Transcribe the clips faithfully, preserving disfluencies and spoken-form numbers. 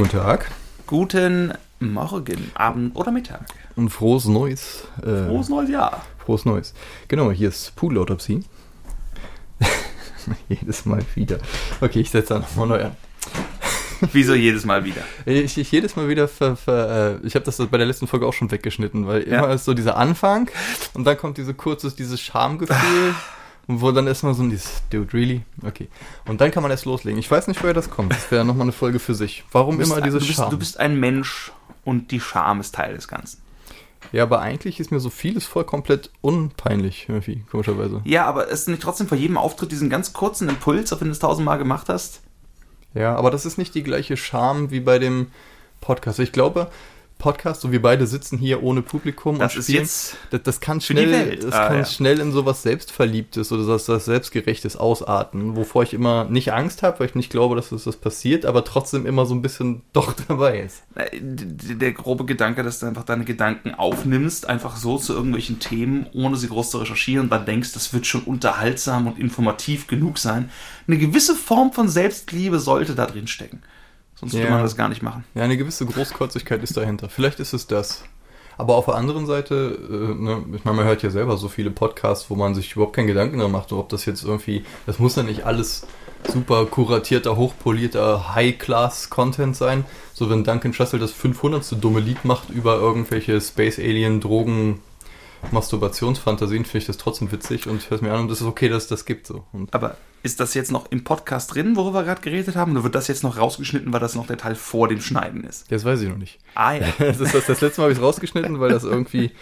guten Tag. Guten Morgen, Abend oder Mittag. Und frohes Neues. Äh, frohes neues Jahr. Frohes Neues. Genau, hier ist Pudelautopsie. Jedes Mal wieder. Okay, ich setze da nochmal neu an. Wieso jedes Mal wieder? Ich, ich jedes Mal wieder, ver, ver, äh, ich habe das bei der letzten Folge auch schon weggeschnitten, weil ja. immer ist so dieser Anfang und dann kommt diese kurzes, dieses Schamgefühl, wo dann erstmal so dieses, dude, really? Okay. Und dann kann man erst loslegen. Ich weiß nicht, woher das kommt. Das wäre nochmal eine Folge für sich. Warum immer dieses Scham? Du bist ein Mensch und die Scham ist Teil des Ganzen. Ja, aber eigentlich ist mir so vieles voll komplett unpeinlich, irgendwie, komischerweise. Ja, aber ist nicht trotzdem vor jedem Auftritt diesen ganz kurzen Impuls, auf den du es tausendmal gemacht hast? Ja, aber das ist nicht die gleiche Scham wie bei dem Podcast. Ich glaube, Podcast, so wir beide sitzen hier ohne Publikum das und ist spielen, jetzt das, das kann schnell, das ah, kann ja. schnell in sowas Selbstverliebtes oder das, das Selbstgerechtes ausarten, wovor ich immer nicht Angst habe, weil ich nicht glaube, dass das, das passiert, aber trotzdem immer so ein bisschen doch dabei ist. Der grobe Gedanke, dass du einfach deine Gedanken aufnimmst, einfach so zu irgendwelchen Themen, ohne sie groß zu recherchieren und dann denkst, das wird schon unterhaltsam und informativ genug sein. Eine gewisse Form von Selbstliebe sollte da drin stecken. Sonst würde ja. man das gar nicht machen. Ja, eine gewisse Großkotzigkeit ist dahinter. Vielleicht ist es das. Aber auf der anderen Seite, äh, ne, ich meine, man hört ja selber so viele Podcasts, wo man sich überhaupt keinen Gedanken darüber macht, ob das jetzt irgendwie, das muss ja nicht alles super kuratierter, hochpolierter High-Class-Content sein. So wenn Duncan Trussell das fünfhundertste dumme Lied macht über irgendwelche Space-Alien-Drogen, Masturbationsfantasien, finde ich das trotzdem witzig und ich höre es mir an und es ist okay, dass es das gibt. So. Und aber ist das jetzt noch im Podcast drin, worüber wir gerade geredet haben? Oder wird das jetzt noch rausgeschnitten, weil das noch der Teil vor dem Schneiden ist? Das weiß ich noch nicht. Ah ja. Das, ist das, das letzte Mal habe ich es rausgeschnitten, weil das irgendwie...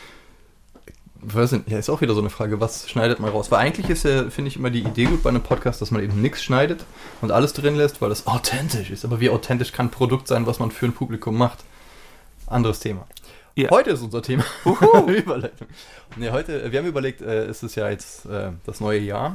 Weiß nicht, ja, ist auch wieder so eine Frage, was schneidet man raus? Weil eigentlich ist ja, finde ich, immer die Idee gut bei einem Podcast, dass man eben nichts schneidet und alles drin lässt, weil das authentisch ist. Aber wie authentisch kann ein Produkt sein, was man für ein Publikum macht? Anderes Thema. Ja. Heute ist unser Thema. Überleitung. Nee, heute, wir haben überlegt, äh, es ist ja jetzt äh, das neue Jahr.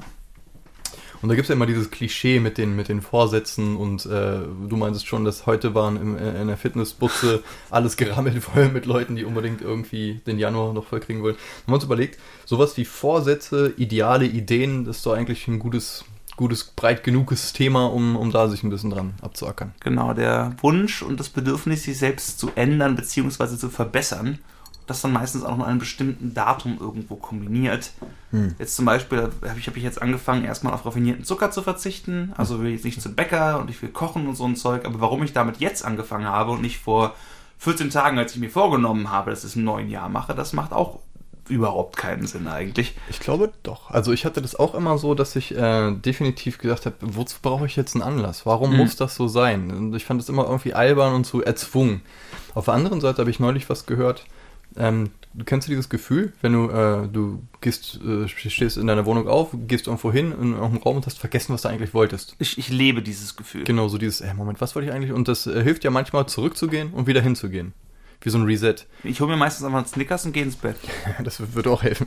Und da gibt es ja immer dieses Klischee mit den, mit den Vorsätzen und äh, du meintest schon, dass heute waren im, in der Fitnessbutze alles gerammelt voll mit Leuten, die unbedingt irgendwie den Januar noch voll kriegen wollen. Wir haben uns überlegt, sowas wie Vorsätze, Ideale, Ideen, das ist doch eigentlich ein gutes, gutes, breit genuges Thema, um, um da sich ein bisschen dran abzuackern. Genau, der Wunsch und das Bedürfnis, sich selbst zu ändern bzw. zu verbessern. Das dann meistens auch noch an einem bestimmten Datum irgendwo kombiniert. Hm. Jetzt zum Beispiel habe ich, hab ich jetzt angefangen, erstmal auf raffinierten Zucker zu verzichten. Also will jetzt nicht zum Bäcker und ich will kochen und so ein Zeug. Aber warum ich damit jetzt angefangen habe und nicht vor vierzehn Tagen, als ich mir vorgenommen habe, dass ich es im neuen Jahr mache, das macht auch überhaupt keinen Sinn eigentlich. Ich glaube doch. Also ich hatte das auch immer so, dass ich äh, definitiv gedacht habe, wozu brauche ich jetzt einen Anlass? Warum hm. muss das so sein? Und ich fand es immer irgendwie albern und so erzwungen. Auf der anderen Seite habe ich neulich was gehört. Ähm, du kennst du dieses Gefühl, wenn du, äh, du gehst, äh, stehst in deiner Wohnung auf, gehst irgendwo hin in irgendeinen Raum und hast vergessen, was du eigentlich wolltest. Ich, ich lebe dieses Gefühl. Genau, so dieses, äh, Moment, was wollte ich eigentlich? Und das äh, hilft ja manchmal zurückzugehen und wieder hinzugehen. Wie so ein Reset. Ich hole mir meistens einfach einen Snickers und gehe ins Bett. Das würde auch helfen.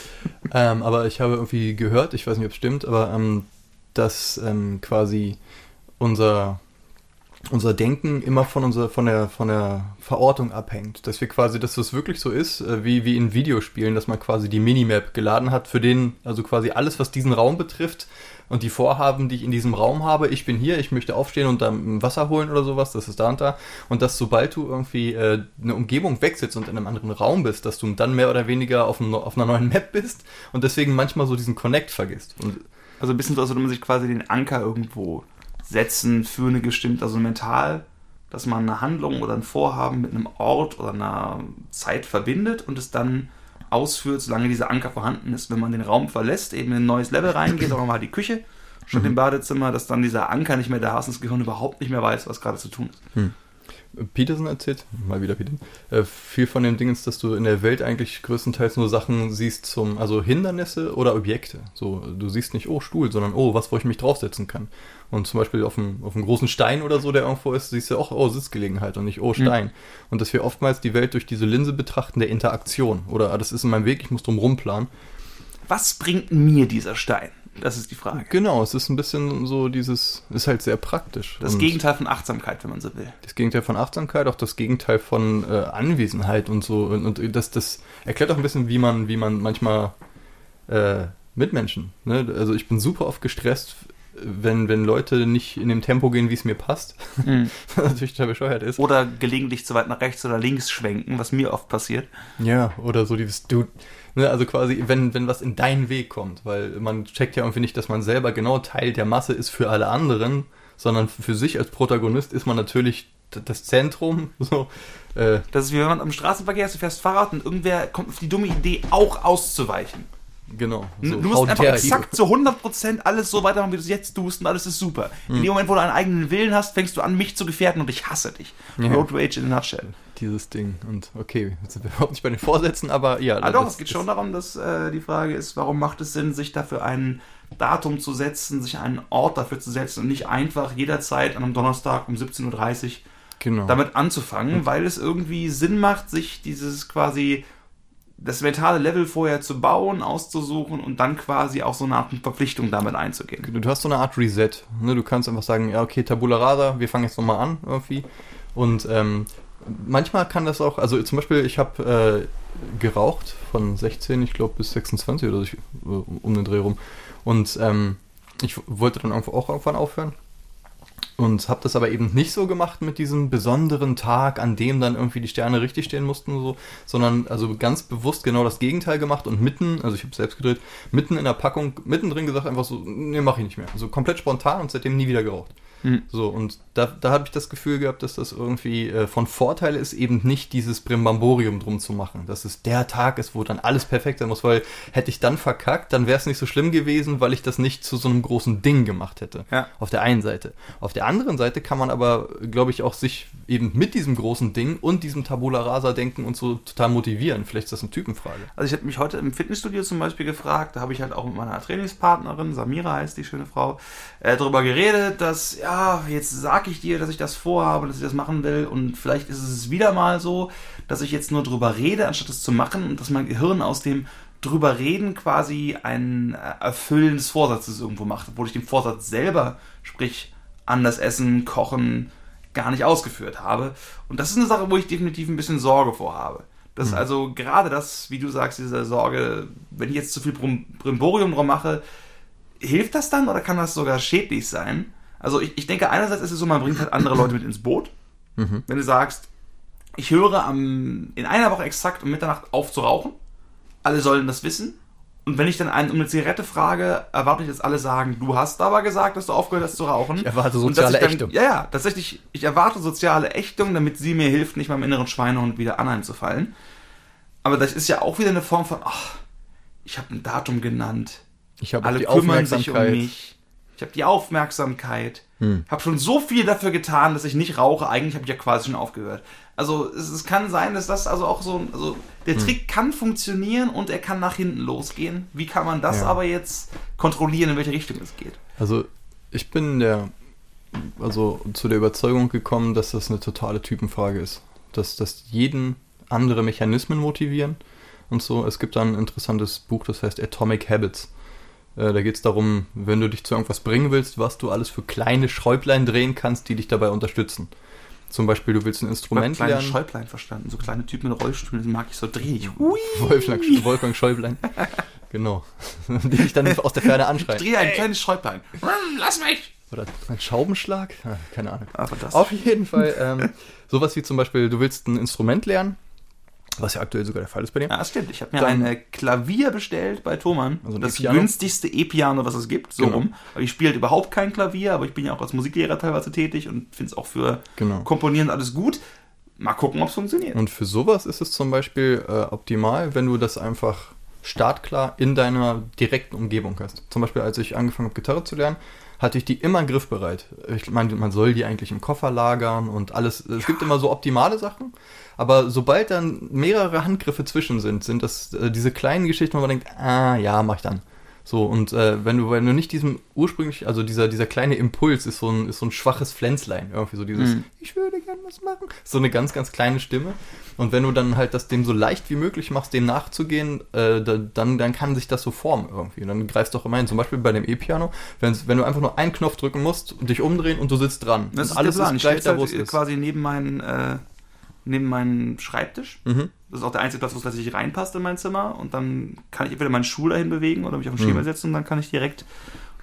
ähm, aber ich habe irgendwie gehört, ich weiß nicht, ob es stimmt, aber ähm, dass ähm, quasi unser... unser Denken immer von unserer von der von der Verortung abhängt. Dass wir quasi, dass das wirklich so ist, wie, wie in Videospielen, dass man quasi die Minimap geladen hat, für den, also quasi alles, was diesen Raum betrifft und die Vorhaben, die ich in diesem Raum habe, ich bin hier, ich möchte aufstehen und dann Wasser holen oder sowas, das ist da und da. Und dass sobald du irgendwie äh, eine Umgebung wechselst und in einem anderen Raum bist, dass du dann mehr oder weniger auf, ein, auf einer neuen Map bist und deswegen manchmal so diesen Connect vergisst. Und also ein bisschen so, als würde man sich quasi den Anker irgendwo setzen für eine bestimmte, also mental, dass man eine Handlung oder ein Vorhaben mit einem Ort oder einer Zeit verbindet und es dann ausführt, solange dieser Anker vorhanden ist. Wenn man den Raum verlässt, eben in ein neues Level reingeht, oder mal die Küche, statt mhm. im Badezimmer, dass dann dieser Anker nicht mehr da ist und das Gehirn überhaupt nicht mehr weiß, was gerade zu tun ist. Hm. Peterson erzählt, mal wieder Peterson, äh, viel von dem Ding ist, dass du in der Welt eigentlich größtenteils nur Sachen siehst zum, also Hindernisse oder Objekte. So, du siehst nicht, oh, Stuhl, sondern oh, was, wo ich mich draufsetzen kann. Und zum Beispiel auf einem, auf einem großen Stein oder so, der irgendwo ist, siehst du auch, oh, Sitzgelegenheit und nicht, oh, Stein. Mhm. Und dass wir oftmals die Welt durch diese Linse betrachten der Interaktion. Oder, ah, das ist in meinem Weg, ich muss drum rumplanen. Was bringt mir dieser Stein? Das ist die Frage. Genau, es ist ein bisschen so dieses, ist halt sehr praktisch. Das und Gegenteil von Achtsamkeit, wenn man so will. Das Gegenteil von Achtsamkeit, auch das Gegenteil von äh, Anwesenheit und so. Und, und das, das erklärt auch ein bisschen, wie man, wie man manchmal äh, Mitmenschen, ne? Also ich bin super oft gestresst, wenn, wenn Leute nicht in dem Tempo gehen, wie es mir passt, mhm. was natürlich total bescheuert ist. Oder gelegentlich zu weit nach rechts oder links schwenken, was mir oft passiert. Ja, oder so dieses, du, ne, also quasi, wenn, wenn was in deinen Weg kommt, weil man checkt ja irgendwie nicht, dass man selber genau Teil der Masse ist für alle anderen, sondern für sich als Protagonist ist man natürlich das Zentrum, so. Äh, das ist wie wenn man am Straßenverkehr ist, du fährst Fahrrad und irgendwer kommt auf die dumme Idee, auch auszuweichen. Genau. So, du musst einfach exakt zu hundert Prozent alles so weitermachen, wie du es jetzt tust und alles ist super. Mhm. In dem Moment, wo du einen eigenen Willen hast, fängst du an, mich zu gefährden und ich hasse dich. Ja. Road Rage in a nutshell. Dieses Ding. Und okay, jetzt sind wir überhaupt nicht bei den Vorsätzen, aber ja. Ah, doch, es geht schon darum, dass äh, die Frage ist, warum macht es Sinn, sich dafür ein Datum zu setzen, sich einen Ort dafür zu setzen und nicht einfach jederzeit an einem Donnerstag um siebzehn Uhr dreißig genau. damit anzufangen, mhm. weil es irgendwie Sinn macht, sich dieses quasi das mentale Level vorher zu bauen, auszusuchen und dann quasi auch so eine Art Verpflichtung damit einzugehen. Du hast so eine Art Reset. Ne? Du kannst einfach sagen, ja okay, Tabula Rasa, wir fangen jetzt nochmal an irgendwie. Und ähm, manchmal kann das auch, also zum Beispiel, ich habe äh, geraucht von sechzehn, ich glaube bis sechsundzwanzig oder so, um den Dreh rum. Und ähm, ich wollte dann auch irgendwann aufhören. Und habe das aber eben nicht so gemacht mit diesem besonderen Tag, an dem dann irgendwie die Sterne richtig stehen mussten und so, sondern also ganz bewusst genau das Gegenteil gemacht und mitten, also ich habe selbst gedreht, mitten in der Packung, mittendrin gesagt einfach so, nee, mach ich nicht mehr. Also komplett spontan und seitdem nie wieder geraucht. Mhm. So, und da, da habe ich das Gefühl gehabt, dass das irgendwie äh, von Vorteil ist, eben nicht dieses Brimbamborium drum zu machen, dass es der Tag ist, wo dann alles perfekt sein muss, weil hätte ich dann verkackt, dann wäre es nicht so schlimm gewesen, weil ich das nicht zu so einem großen Ding gemacht hätte. Ja. Auf der einen Seite. Auf der anderen Seite kann man aber, glaube ich, auch sich eben mit diesem großen Ding und diesem Tabula Rasa denken und so total motivieren. Vielleicht ist das eine Typenfrage. Also ich habe mich heute im Fitnessstudio zum Beispiel gefragt, da habe ich halt auch mit meiner Trainingspartnerin, Samira heißt die schöne Frau, äh, darüber geredet, dass, ja, jetzt sage ich dir, dass ich das vorhabe, dass ich das machen will und vielleicht ist es wieder mal so, dass ich jetzt nur drüber rede, anstatt es zu machen und dass mein Gehirn aus dem drüber reden quasi ein Erfüllen des Vorsatzes irgendwo macht, obwohl ich den Vorsatz selber, sprich anders essen, kochen, gar nicht ausgeführt habe. Und das ist eine Sache, wo ich definitiv ein bisschen Sorge vorhabe. Das ist mhm. also gerade das, wie du sagst, diese Sorge, wenn ich jetzt zu viel Brimborium drum mache, hilft das dann oder kann das sogar schädlich sein? Also ich, ich denke, einerseits ist es so, man bringt halt andere Leute mit ins Boot. Mhm. Wenn du sagst, ich höre am, in einer Woche exakt um Mitternacht auf zu rauchen, alle sollen das wissen. Und wenn ich dann einen um eine Zigarette frage, erwarte ich, dass alle sagen, du hast aber gesagt, dass du aufgehört hast zu rauchen. Ich erwarte soziale ich dann, Ächtung. Ja, ja, tatsächlich, ich erwarte soziale Ächtung, damit sie mir hilft, nicht meinem inneren Schweinehund wieder anheimzufallen. Aber das ist ja auch wieder eine Form von, ach, ich habe ein Datum genannt. Ich habe alle die kümmern sich um mich. Ich habe die Aufmerksamkeit. Hm. Habe schon so viel dafür getan, dass ich nicht rauche. Eigentlich habe ich ja quasi schon aufgehört. Also es, es kann sein, dass das also auch so... Also der hm. Trick kann funktionieren und er kann nach hinten losgehen. Wie kann man das ja. aber jetzt kontrollieren, in welche Richtung es geht? Also ich bin der, also zu der Überzeugung gekommen, dass das eine totale Typenfrage ist. Dass, dass jeden andere Mechanismen motivieren und so. Es gibt da ein interessantes Buch, das heißt Atomic Habits. Da geht es darum, wenn du dich zu irgendwas bringen willst, was du alles für kleine Schräublein drehen kannst, die dich dabei unterstützen. Zum Beispiel, du willst ein Instrument kleine lernen. Kleine Schräublein verstanden. So kleine Typen mit Rollstühlen, die mag ich so, drehe ich. Hui. Wolfgang, Wolfgang Schäublein. Genau. Die dich dann aus der Ferne anschreien. Ich drehe ein kleines Schräublein. Lass mich! Oder ein Schraubenschlag? Ja, keine Ahnung. Ah, fantastisch. Auf jeden Fall ähm, sowas wie zum Beispiel, du willst ein Instrument lernen, was ja aktuell sogar der Fall ist bei dir. Ja, das stimmt. Ich habe mir Dann, ein Klavier bestellt bei Thomann. Also das E-Piano. günstigste E-Piano, was es gibt. So genau. rum. Aber ich spiele halt überhaupt kein Klavier, aber ich bin ja auch als Musiklehrer teilweise tätig und finde es auch für genau. Komponieren alles gut. Mal gucken, ob es funktioniert. Und für sowas ist es zum Beispiel äh, optimal, wenn du das einfach startklar in deiner direkten Umgebung hast. Zum Beispiel, als ich angefangen habe, Gitarre zu lernen, hatte ich die immer griffbereit. Ich meine, man soll die eigentlich im Koffer lagern und alles. Es ja. gibt immer so optimale Sachen, aber sobald dann mehrere Handgriffe zwischen sind, sind das äh, diese kleinen Geschichten, wo man denkt, ah ja, mach ich dann. So, und äh, wenn du wenn du nicht diesem ursprünglich, also dieser dieser kleine Impuls ist so ein ist so ein schwaches Pflänzlein, irgendwie so dieses, mhm. ich würde gerne was machen, so eine ganz, ganz kleine Stimme. Und wenn du dann halt das dem so leicht wie möglich machst, dem nachzugehen, äh, da, dann, dann kann sich das so formen irgendwie. Und dann greifst du auch immer hin, zum Beispiel bei dem E-Piano, wenn du einfach nur einen Knopf drücken musst und dich umdrehen und du sitzt dran. Das und ist alles der Plan. ist gleich ich da, wo halt es ist. Quasi neben meinen, äh, neben meinen Schreibtisch. Mhm. Das ist auch der einzige Platz, wo es tatsächlich reinpasst in mein Zimmer. Und dann kann ich entweder meinen Stuhl dahin bewegen oder mich auf den Schemel mhm. setzen und dann kann ich direkt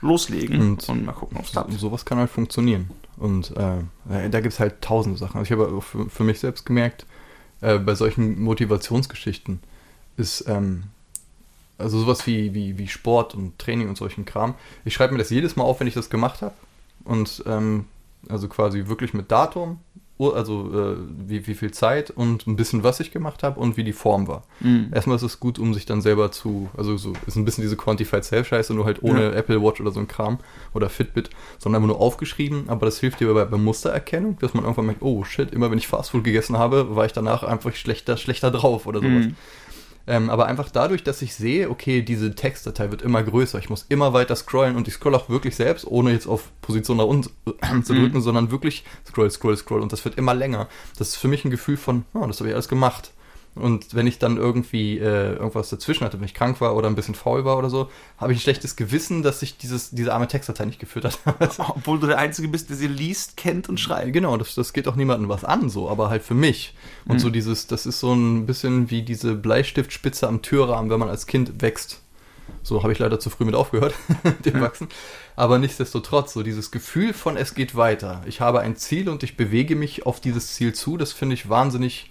loslegen und, und mal gucken, ob es klappt. So, sowas kann halt funktionieren. Und äh, da gibt es halt tausende Sachen. Also ich habe auch für, für mich selbst gemerkt, äh, bei solchen Motivationsgeschichten ist ähm, also sowas wie, wie, wie Sport und Training und solchen Kram. Ich schreibe mir das jedes Mal auf, wenn ich das gemacht habe. Und ähm, also quasi wirklich mit Datum, also äh, wie, wie viel Zeit und ein bisschen, was ich gemacht habe und wie die Form war. Mhm. Erstmal ist es gut, um sich dann selber zu, also so ist ein bisschen diese Quantified Self-Scheiße, nur halt ohne ja. Apple Watch oder so ein Kram oder Fitbit, sondern einfach nur aufgeschrieben, aber das hilft dir bei, bei Mustererkennung, dass man irgendwann merkt, oh shit, immer wenn ich Fastfood gegessen habe, war ich danach einfach schlechter, schlechter drauf oder sowas. Mhm. Ähm, aber einfach dadurch, dass ich sehe, okay, diese Textdatei wird immer größer, ich muss immer weiter scrollen und ich scroll auch wirklich selbst, ohne jetzt auf Position nach unten äh, zu drücken, mhm. sondern wirklich scroll, scroll, scroll und das wird immer länger. Das ist für mich ein Gefühl von, oh, das habe ich alles gemacht. Und wenn ich dann irgendwie äh, irgendwas dazwischen hatte, wenn ich krank war oder ein bisschen faul war oder so, habe ich ein schlechtes Gewissen, dass ich dieses, diese arme Textdatei nicht gefüttert habe. Obwohl du der Einzige bist, der sie liest, kennt und schreibt. Genau, das, das geht auch niemandem was an, so, aber halt für mich. Und mhm. so dieses, das ist so ein bisschen wie diese Bleistiftspitze am Türrahmen, wenn man als Kind wächst. So habe ich leider zu früh mit aufgehört, dem ja. Wachsen. Aber nichtsdestotrotz, so dieses Gefühl von, es geht weiter. Ich habe ein Ziel und ich bewege mich auf dieses Ziel zu, das finde ich wahnsinnig...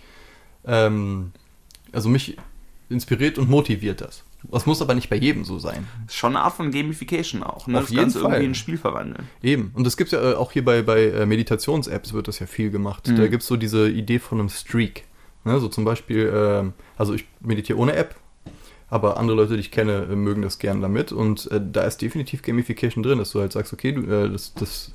Ähm, also mich inspiriert und motiviert das. Das muss aber nicht bei jedem so sein. Das ist schon eine Art von Gamification auch, ne? Auf das jeden Ganze Fall. Irgendwie in ein Spiel verwandeln. Eben. Und das gibt es ja auch hier bei, bei Meditations-Apps wird das ja viel gemacht. Mhm. Da gibt es so diese Idee von einem Streak. Ne? So zum Beispiel, ähm, also ich meditiere ohne App, aber andere Leute, die ich kenne, mögen das gern damit. Und äh, da ist definitiv Gamification drin, dass du halt sagst, okay, du, äh, das, das,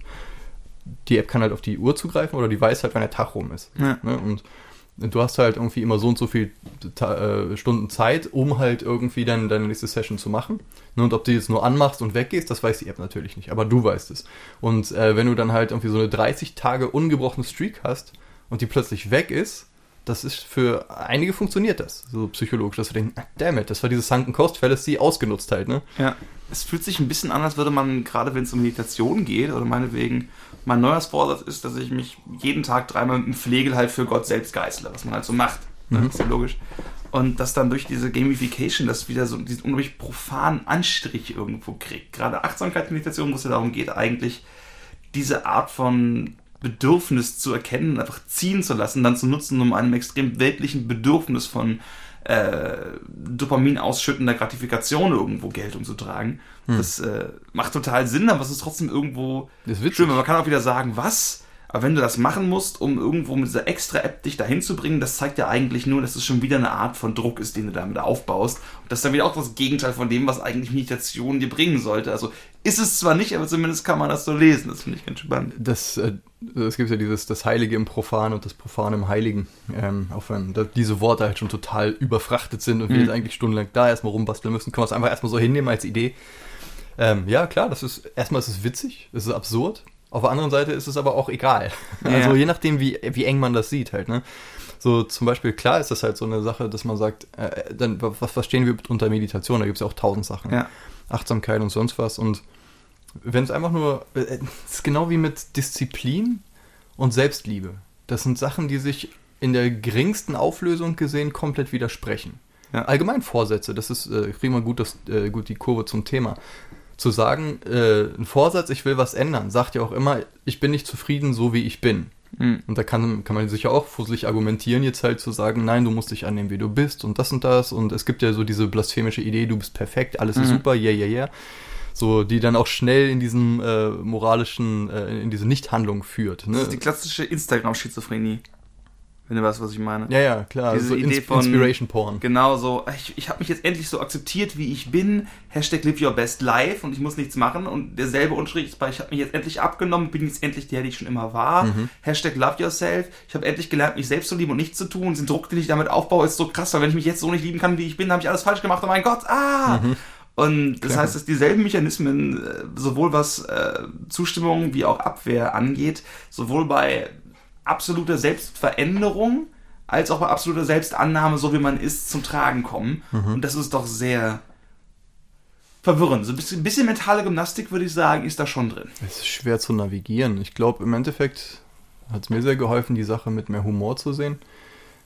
die App kann halt auf die Uhr zugreifen oder die weiß halt, wann der Tag rum ist. Ja. Ne? Und du hast halt irgendwie immer so und so viel Ta- äh, Stunden Zeit, um halt irgendwie dann deine nächste Session zu machen. Ne, und ob du jetzt nur anmachst und weggehst, das weiß die App natürlich nicht, aber du weißt es. Und äh, wenn du dann halt irgendwie so eine dreißig Tage ungebrochene Streak hast und die plötzlich weg ist, das ist für einige funktioniert das, so psychologisch, dass wir denken, ah, damn it, das war diese Sunken Cost Fallacy ausgenutzt halt, ne? Ja, es fühlt sich ein bisschen an, als würde man, gerade wenn es um Meditation geht, oder meinetwegen, mein Neujahrsvorsatz ist, dass ich mich jeden Tag dreimal mit dem Flegel halt für Gott selbst geißle, was man halt so macht. Mhm. Das ist ja logisch. Und dass dann durch diese Gamification das wieder so diesen unglaublich profanen Anstrich irgendwo kriegt. Gerade Achtsamkeitsmeditation, wo es ja darum geht, eigentlich diese Art von Bedürfnis zu erkennen, einfach ziehen zu lassen, dann zu nutzen, um einem extrem weltlichen Bedürfnis von äh, Dopamin ausschüttender Gratifikation irgendwo Geltung zu tragen. Hm. Das äh, macht total Sinn, aber es ist trotzdem irgendwo schön. Man kann auch wieder sagen, was? Aber wenn du das machen musst, um irgendwo mit dieser extra App dich dahin zu bringen, das zeigt ja eigentlich nur, dass es schon wieder eine Art von Druck ist, den du damit aufbaust. Und das ist dann wieder auch das Gegenteil von dem, was eigentlich Meditation dir bringen sollte. Also ist es zwar nicht, aber zumindest kann man das so lesen. Das finde ich ganz spannend. Das, äh, es gibt ja dieses das Heilige im Profan und das Profan im Heiligen. Ähm, auch wenn da diese Worte halt schon total überfrachtet sind und mhm. wir jetzt eigentlich stundenlang da erstmal rumbasteln müssen, können wir es einfach erstmal so hinnehmen als Idee. Ähm, ja, klar, das ist erstmal ist es witzig, es ist absurd. Auf der anderen Seite ist es aber auch egal. Ja. Also je nachdem, wie, wie eng man das sieht halt, ne? So zum Beispiel, klar ist das halt so eine Sache, dass man sagt, äh, dann was verstehen wir unter Meditation? Da gibt es ja auch tausend Sachen. Ja. Achtsamkeit und sonst was. Und wenn es einfach nur, es äh, ist genau wie mit Disziplin und Selbstliebe. Das sind Sachen, die sich in der geringsten Auflösung gesehen komplett widersprechen. Ja. Allgemein Vorsätze, das ist, äh, kriegen wir gut, das, äh, gut die Kurve zum Thema. Zu sagen, äh, ein Vorsatz, ich will was ändern, sagt ja auch immer, ich bin nicht zufrieden, so wie ich bin. Mhm. Und da kann, kann man sich ja auch fusselig argumentieren, jetzt halt zu sagen, nein, du musst dich annehmen, wie du bist und das und das. Und es gibt ja so diese blasphemische Idee, du bist perfekt, alles mhm. ist super, yeah, yeah, yeah. So, die dann auch schnell in diesen äh, moralischen, äh, in diese Nichthandlung führt. Ne? Das ist die klassische Instagram-Schizophrenie. Wenn du weißt, was ich meine. Ja, ja, klar. Diese so Idee Ins- von Inspiration Porn. Genau so, ich, ich habe mich jetzt endlich so akzeptiert, wie ich bin. Hashtag live your best life und ich muss nichts machen. Und derselbe Unterstrich ist bei, ich habe mich jetzt endlich abgenommen, bin jetzt endlich der, die ich schon immer war. Mhm. Hashtag love yourself. Ich habe endlich gelernt, mich selbst zu lieben und nichts zu tun. Diesen Druck, den ich damit aufbaue, ist so krass, weil wenn ich mich jetzt so nicht lieben kann, wie ich bin, habe ich alles falsch gemacht. Oh mein Gott, ah! Mhm. Und das Klar. heißt, dass dieselben Mechanismen, sowohl was äh, Zustimmung wie auch Abwehr angeht, sowohl bei absoluter Selbstveränderung als auch bei absoluter Selbstannahme, so wie man ist, zum Tragen kommen. Mhm. Und das ist doch sehr verwirrend. So ein bisschen, ein bisschen mentale Gymnastik, würde ich sagen, ist da schon drin. Es ist schwer zu navigieren. Ich glaube, im Endeffekt hat es mir sehr geholfen, die Sache mit mehr Humor zu sehen.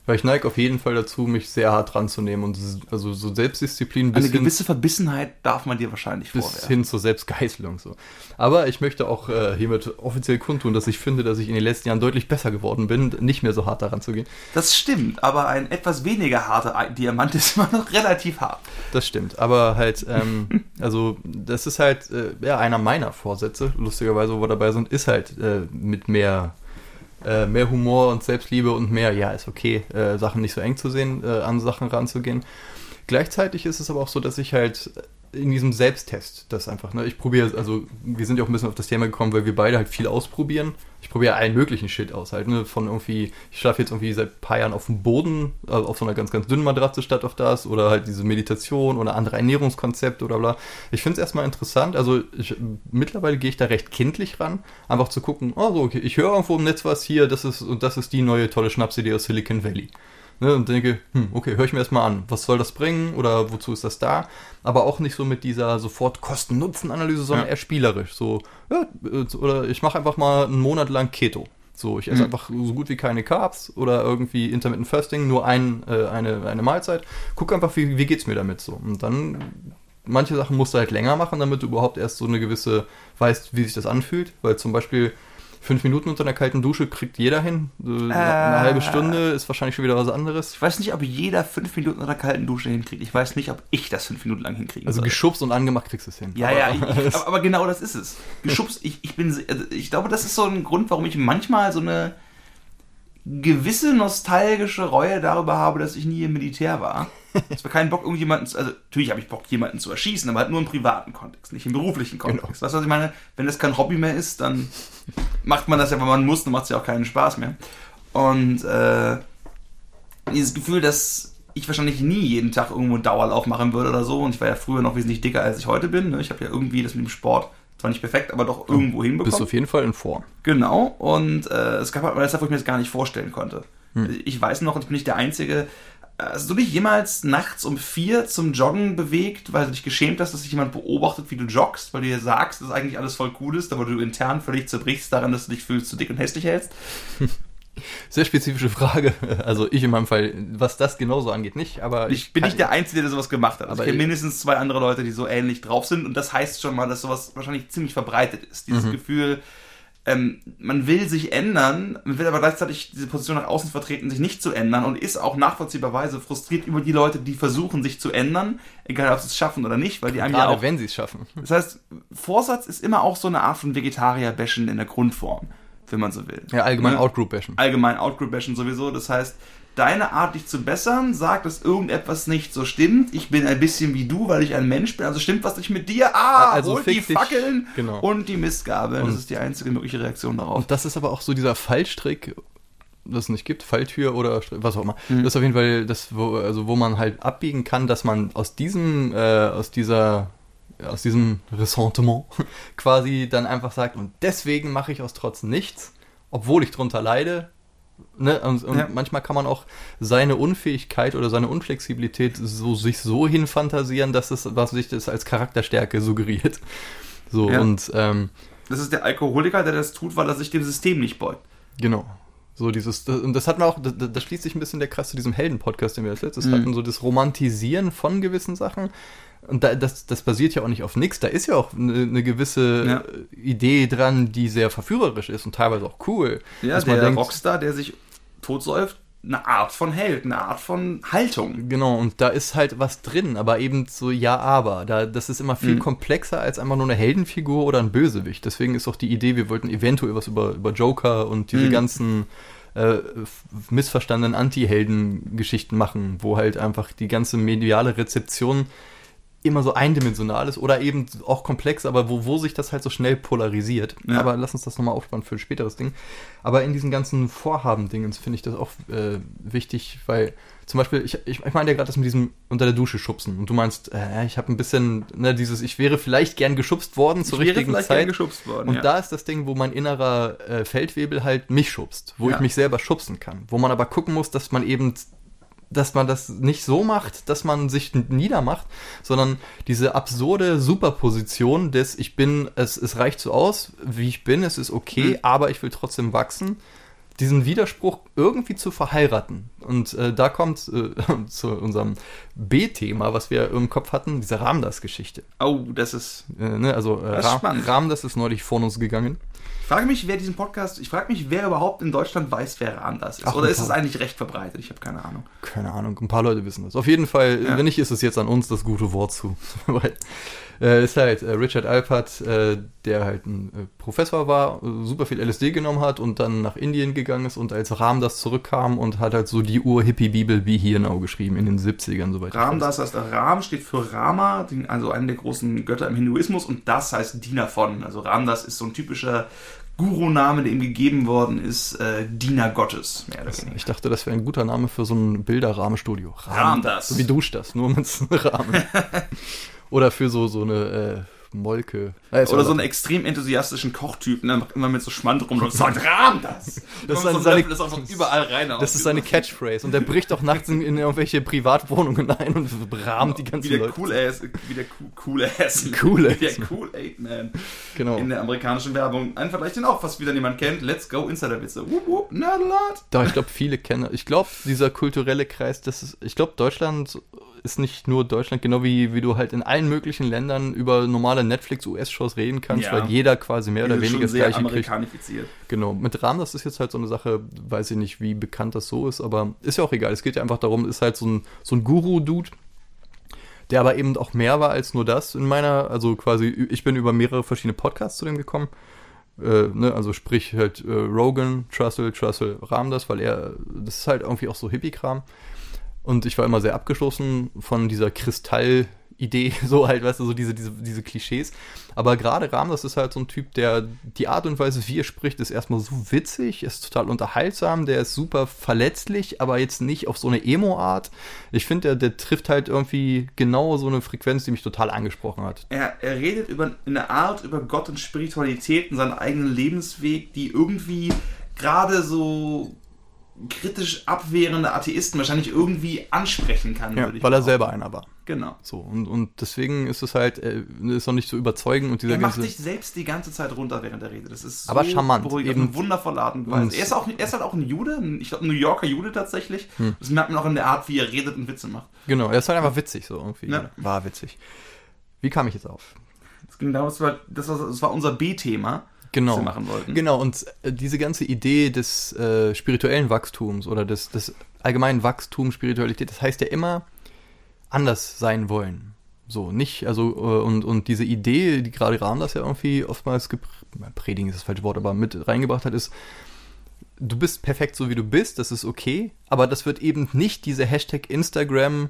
Weil ich neige auf jeden Fall dazu, mich sehr hart ranzunehmen und also so Selbstdisziplin bis Eine hin, gewisse Verbissenheit darf man dir wahrscheinlich bis vorwerfen. hin zur Selbstgeißelung. So. Aber ich möchte auch äh, hiermit offiziell kundtun, dass ich finde, dass ich in den letzten Jahren deutlich besser geworden bin, nicht mehr so hart daran zu gehen. Das stimmt, aber ein etwas weniger harter Diamant ist immer noch relativ hart. Das stimmt, aber halt, ähm, also das ist halt, äh, ja, einer meiner Vorsätze, lustigerweise, wo wir dabei sind, ist halt äh, mit mehr... Äh, mehr Humor und Selbstliebe und mehr, ja, ist okay, äh, Sachen nicht so eng zu sehen, äh, an Sachen ranzugehen. Gleichzeitig ist es aber auch so, dass ich halt in diesem Selbsttest das einfach, ne, ich probiere, also wir sind ja auch ein bisschen auf das Thema gekommen, weil wir beide halt viel ausprobieren. Ich probiere allen möglichen Shit aus, halt, ne, von irgendwie, ich schlafe jetzt irgendwie seit ein paar Jahren auf dem Boden, also auf so einer ganz, ganz dünnen Matratze statt auf das, oder halt diese Meditation oder andere Ernährungskonzepte oder bla. Ich finde es erstmal interessant, also ich, mittlerweile gehe ich da recht kindlich ran, einfach zu gucken, oh so, okay, ich höre irgendwo im Netz was hier, das ist, und das ist die neue tolle Schnapsidee aus Silicon Valley. Ne, und denke, hm, okay, höre ich mir erstmal an, was soll das bringen oder wozu ist das da? Aber auch nicht so mit dieser sofort Kosten-Nutzen-Analyse, sondern ja. eher spielerisch. So, ja, oder ich mache einfach mal einen Monat lang Keto. So, ich esse mhm. einfach so gut wie keine Carbs oder irgendwie Intermittent Fasting, nur ein, äh, eine, eine Mahlzeit. Guck einfach, wie, wie geht's mir damit so. Und dann, manche Sachen musst du halt länger machen, damit du überhaupt erst so eine gewisse, weißt, wie sich das anfühlt. Weil zum Beispiel Fünf Minuten unter einer kalten Dusche kriegt jeder hin. Eine äh, halbe Stunde ist wahrscheinlich schon wieder was anderes. Ich weiß nicht, ob jeder fünf Minuten unter einer kalten Dusche hinkriegt. Ich weiß nicht, ob ich das fünf Minuten lang hinkriege. Also soll. Geschubst und angemacht kriegst du es hin. Ja, aber, ja, ich, ich, aber genau das ist es. Geschubst, ich, ich bin, ich glaube, das ist so ein Grund, warum ich manchmal so eine gewisse nostalgische Reue darüber habe, dass ich nie im Militär war. Ich habe keinen Bock, irgendjemanden zu, also natürlich habe ich Bock, jemanden zu erschießen, aber halt nur im privaten Kontext, nicht im beruflichen Kontext. Genau. Weißt du, was ich meine? Wenn das kein Hobby mehr ist, dann macht man das ja, weil man muss, dann macht es ja auch keinen Spaß mehr. Und äh, dieses Gefühl, dass ich wahrscheinlich nie jeden Tag irgendwo einen Dauerlauf machen würde oder so, und ich war ja früher noch wesentlich dicker, als ich heute bin. Ne? Ich habe ja irgendwie das mit dem Sport zwar nicht perfekt, aber doch irgendwo hinbekommen. Bist auf jeden Fall in Form. Genau, und äh, es gab halt mal das, wo ich mir das gar nicht vorstellen konnte. Hm. Ich weiß noch, ich bin nicht der Einzige. Hast du dich jemals nachts um vier zum Joggen bewegt, weil du dich geschämt hast, dass sich jemand beobachtet, wie du joggst, weil du dir sagst, dass eigentlich alles voll cool ist, aber du intern völlig zerbrichst daran, dass du dich fühlst, zu dick und hässlich hältst? Sehr spezifische Frage. Also ich in meinem Fall, was das genauso angeht, nicht. Aber ich, ich bin nicht der Einzige, der sowas gemacht hat. Also ich kenne mindestens zwei andere Leute, die so ähnlich drauf sind, und das heißt schon mal, dass sowas wahrscheinlich ziemlich verbreitet ist. Dieses mhm. Gefühl, ähm, man will sich ändern, man will aber gleichzeitig diese Position nach außen vertreten, sich nicht zu ändern, und ist auch nachvollziehbarweise frustriert über die Leute, die versuchen, sich zu ändern, egal ob sie es schaffen oder nicht, weil die einem Gerade ja auch, wenn sie es schaffen. Das heißt, Vorsatz ist immer auch so eine Art von Vegetarier-Bashen in der Grundform, wenn man so will. Ja, allgemein Outgroup-Bashen. Allgemein Outgroup-Bashen sowieso, das heißt, deine Art, dich zu bessern, sagt, dass irgendetwas nicht so stimmt. Ich bin ein bisschen wie du, weil ich ein Mensch bin. Also stimmt was nicht mit dir. Ah, also hol die Fackeln genau. und die Mistgabel. Das ist die einzige mögliche Reaktion darauf. Und das ist aber auch so dieser Fallstrick, das es nicht gibt, Falltür oder was auch immer. Mhm. Das ist auf jeden Fall das, wo, also wo man halt abbiegen kann, dass man aus diesem, äh, aus dieser, aus diesem Ressentiment quasi dann einfach sagt, und deswegen mache ich aus Trotz nichts, obwohl ich drunter leide. Ne? Und, und ja. manchmal kann man auch seine Unfähigkeit oder seine Unflexibilität so, sich so hinfantasieren, dass es, was sich das als Charakterstärke suggeriert. So, ja. und ähm, das ist der Alkoholiker, der das tut, weil er sich dem System nicht beugt. Genau. So dieses, das, und das hat man auch, da, da schließt sich ein bisschen der Kreis zu diesem Helden-Podcast, den wir als letztes mhm. hatten, so das Romantisieren von gewissen Sachen. Und da, das, das basiert ja auch nicht auf nichts. Da ist ja auch eine, eine gewisse ja. Idee dran, die sehr verführerisch ist und teilweise auch cool. Ja, der denkt, Rockstar, der sich totsäuft, eine Art von Held, eine Art von Haltung. Genau, und da ist halt was drin, aber eben so ja, aber. Da, das ist immer viel mhm. komplexer als einfach nur eine Heldenfigur oder ein Bösewicht. Deswegen ist auch die Idee, wir wollten eventuell was über, über Joker und diese mhm. ganzen äh, missverstandenen Anti-Helden-Geschichten machen, wo halt einfach die ganze mediale Rezeption immer so eindimensional ist oder eben auch komplex, aber wo, wo sich das halt so schnell polarisiert. Ja. Aber lass uns das nochmal aufspannen für ein späteres Ding. Aber in diesen ganzen Vorhaben-Dingen finde ich das auch äh, wichtig, weil zum Beispiel, ich, ich, ich meine ja gerade das mit diesem unter der Dusche schubsen und du meinst, äh, ich habe ein bisschen, ne, dieses, ich wäre vielleicht gern geschubst worden zur richtigen Zeit. Ich wäre vielleicht gern geschubst worden, Und ja. da ist das Ding, wo mein innerer äh, Feldwebel halt mich schubst, wo ja. ich mich selber schubsen kann, wo man aber gucken muss, dass man eben dass man das nicht so macht, dass man sich niedermacht, sondern diese absurde Superposition des ich bin, es, es reicht so aus, wie ich bin, es ist okay, mhm. aber ich will trotzdem wachsen, diesen Widerspruch irgendwie zu verheiraten. Und äh, da kommt äh, zu unserem B-Thema, was wir im Kopf hatten, diese Ramdas-Geschichte. Oh, das ist, äh, ne? Also äh, das ist spannend. Ramdas ist neulich von uns gegangen. Ich frage mich, wer diesen Podcast, ich frage mich, wer überhaupt in Deutschland weiß, wer Ramdas ist. Ach, Oder ist es eigentlich recht verbreitet? Ich habe keine Ahnung. Keine Ahnung, ein paar Leute wissen das. Auf jeden Fall, ja. Wenn nicht, ist es jetzt an uns das gute Wort zu. Weil, äh, ist halt äh, Richard Alpert, äh, der halt ein äh, Professor war, äh, super viel L S D genommen hat und dann nach Indien gegangen ist und als Ramdas zurückkam und hat halt so die Ur-Hippie-Bibel wie Hirnau geschrieben in den siebzigern. Soweit Ramdas heißt, Ram steht für Rama, also einen der großen Götter im Hinduismus, und das heißt Diener von. Also Ramdas ist so ein typischer Guru-Name, der ihm gegeben worden ist, äh, Diener Gottes. Mehr oder weniger. Ich dachte, das wäre ein guter Name für so ein Bilderrahmenstudio. Ramdas. So wie Dusch das, nur mit einem Rahmen. Oder für so, so eine äh, Molke. Ah, oder so einen extrem enthusiastischen Kochtypen, der immer mit so Schmand rum und sagt, Ramdas! Das ist, so seine, Löffel, ist auch noch überall rein. Das ist seine Catchphrase. Und der bricht auch nachts in, in irgendwelche Privatwohnungen ein und rahmt die ganzen wie der Leute. Cool Ass, wie der Cool Ass. Cool Ass. Wie der Cool Aid Man. Genau. In der amerikanischen Werbung. Ein Vergleich, den auch fast wieder niemand kennt. Let's go, Insider-Witze. Wup, wup, not a lot. Doch, ich glaube, viele kennen. Ich glaube, dieser kulturelle Kreis, das ist, ich glaube, Deutschland ist nicht nur Deutschland, genau wie, wie du halt in allen möglichen Ländern über normale Netflix-U S-Shows reden kannst, ja. Weil jeder quasi mehr oder weniger das Gleiche kriegt. Genau. Mit Rahm, das ist jetzt halt so eine Sache, weiß ich nicht, wie bekannt das so ist, aber ist ja auch egal. Es geht ja einfach darum, ist halt so ein, so ein Guru-Dude, der aber eben auch mehr war als nur das in meiner, also quasi, ich bin über mehrere verschiedene Podcasts zu dem gekommen. Äh, ne, also sprich halt äh, Rogan, Trussell, Trussell, Ramdas, weil er, das ist halt irgendwie auch so Hippie-Kram. Und ich war immer sehr abgestoßen von dieser Kristall-Idee, so halt, weißt du, so diese, diese, diese Klischees. Aber gerade Ramdas ist halt so ein Typ, der die Art und Weise, wie er spricht, ist erstmal so witzig, ist total unterhaltsam, der ist super verletzlich, aber jetzt nicht auf so eine Emo-Art. Ich finde, der, der trifft halt irgendwie genau so eine Frequenz, die mich total angesprochen hat. Er, er redet über eine Art über Gott und Spiritualität und seinen eigenen Lebensweg, die irgendwie gerade so kritisch abwehrende Atheisten wahrscheinlich irgendwie ansprechen kann. Ja, würde ich weil er behaupten. selber einer war. Genau. So, und, und deswegen ist es halt, äh, ist noch nicht so überzeugend. Und dieser er macht ganze, sich selbst die ganze Zeit runter während der Rede. Das ist so aber charmant. beruhigend, auf eine wundervolle Art und Weise. Er ist, auch, er ist halt auch ein Jude, ich glaube ein New Yorker Jude tatsächlich. Hm. Das merkt man auch in der Art, wie er redet und Witze macht. Genau, er ist halt einfach witzig so irgendwie. Ja. War witzig. Wie kam ich jetzt auf? Das ging darum, das war, das war, das war unser B-Thema. Genau. Was wir machen wollten. Genau, und äh, diese ganze Idee des äh, spirituellen Wachstums oder des, des allgemeinen Wachstums, Spiritualität, das heißt ja immer anders sein wollen. So, nicht, also, äh, und, und diese Idee, die gerade Ramdas ja irgendwie oftmals, gep- predigen ist das falsche Wort, aber mit reingebracht hat, ist, du bist perfekt so wie du bist, das ist okay, aber das wird eben nicht diese Hashtag Instagram,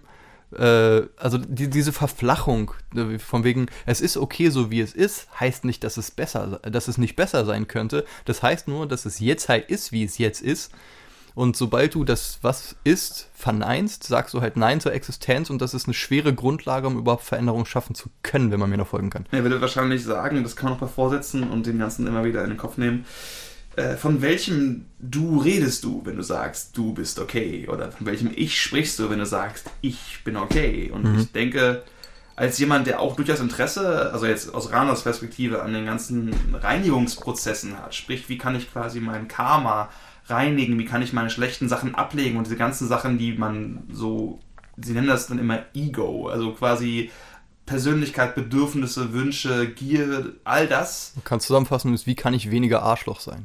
äh, also die, diese Verflachung, äh, von wegen, es ist okay so wie es ist, heißt nicht, dass es besser, dass es nicht besser sein könnte, das heißt nur, dass es jetzt halt ist, wie es jetzt ist. Und sobald du das, was ist, verneinst, sagst du halt Nein zur Existenz und das ist eine schwere Grundlage, um überhaupt Veränderungen schaffen zu können, wenn man mir noch folgen kann. Er würde wahrscheinlich sagen, das kann man auch davor setzen und den ganzen immer wieder in den Kopf nehmen, äh, von welchem Du redest du, wenn du sagst, du bist okay? Oder von welchem Ich sprichst du, wenn du sagst, ich bin okay? Und mhm. ich denke, als jemand, der auch durchaus Interesse, also jetzt aus Ramdas Perspektive, an den ganzen Reinigungsprozessen hat, sprich, wie kann ich quasi mein Karma reinigen, wie kann ich meine schlechten Sachen ablegen und diese ganzen Sachen, die man so, sie nennen das dann immer Ego, also quasi Persönlichkeit, Bedürfnisse, Wünsche, Gier, all das. Man kann zusammenfassen, ist, wie kann ich weniger Arschloch sein?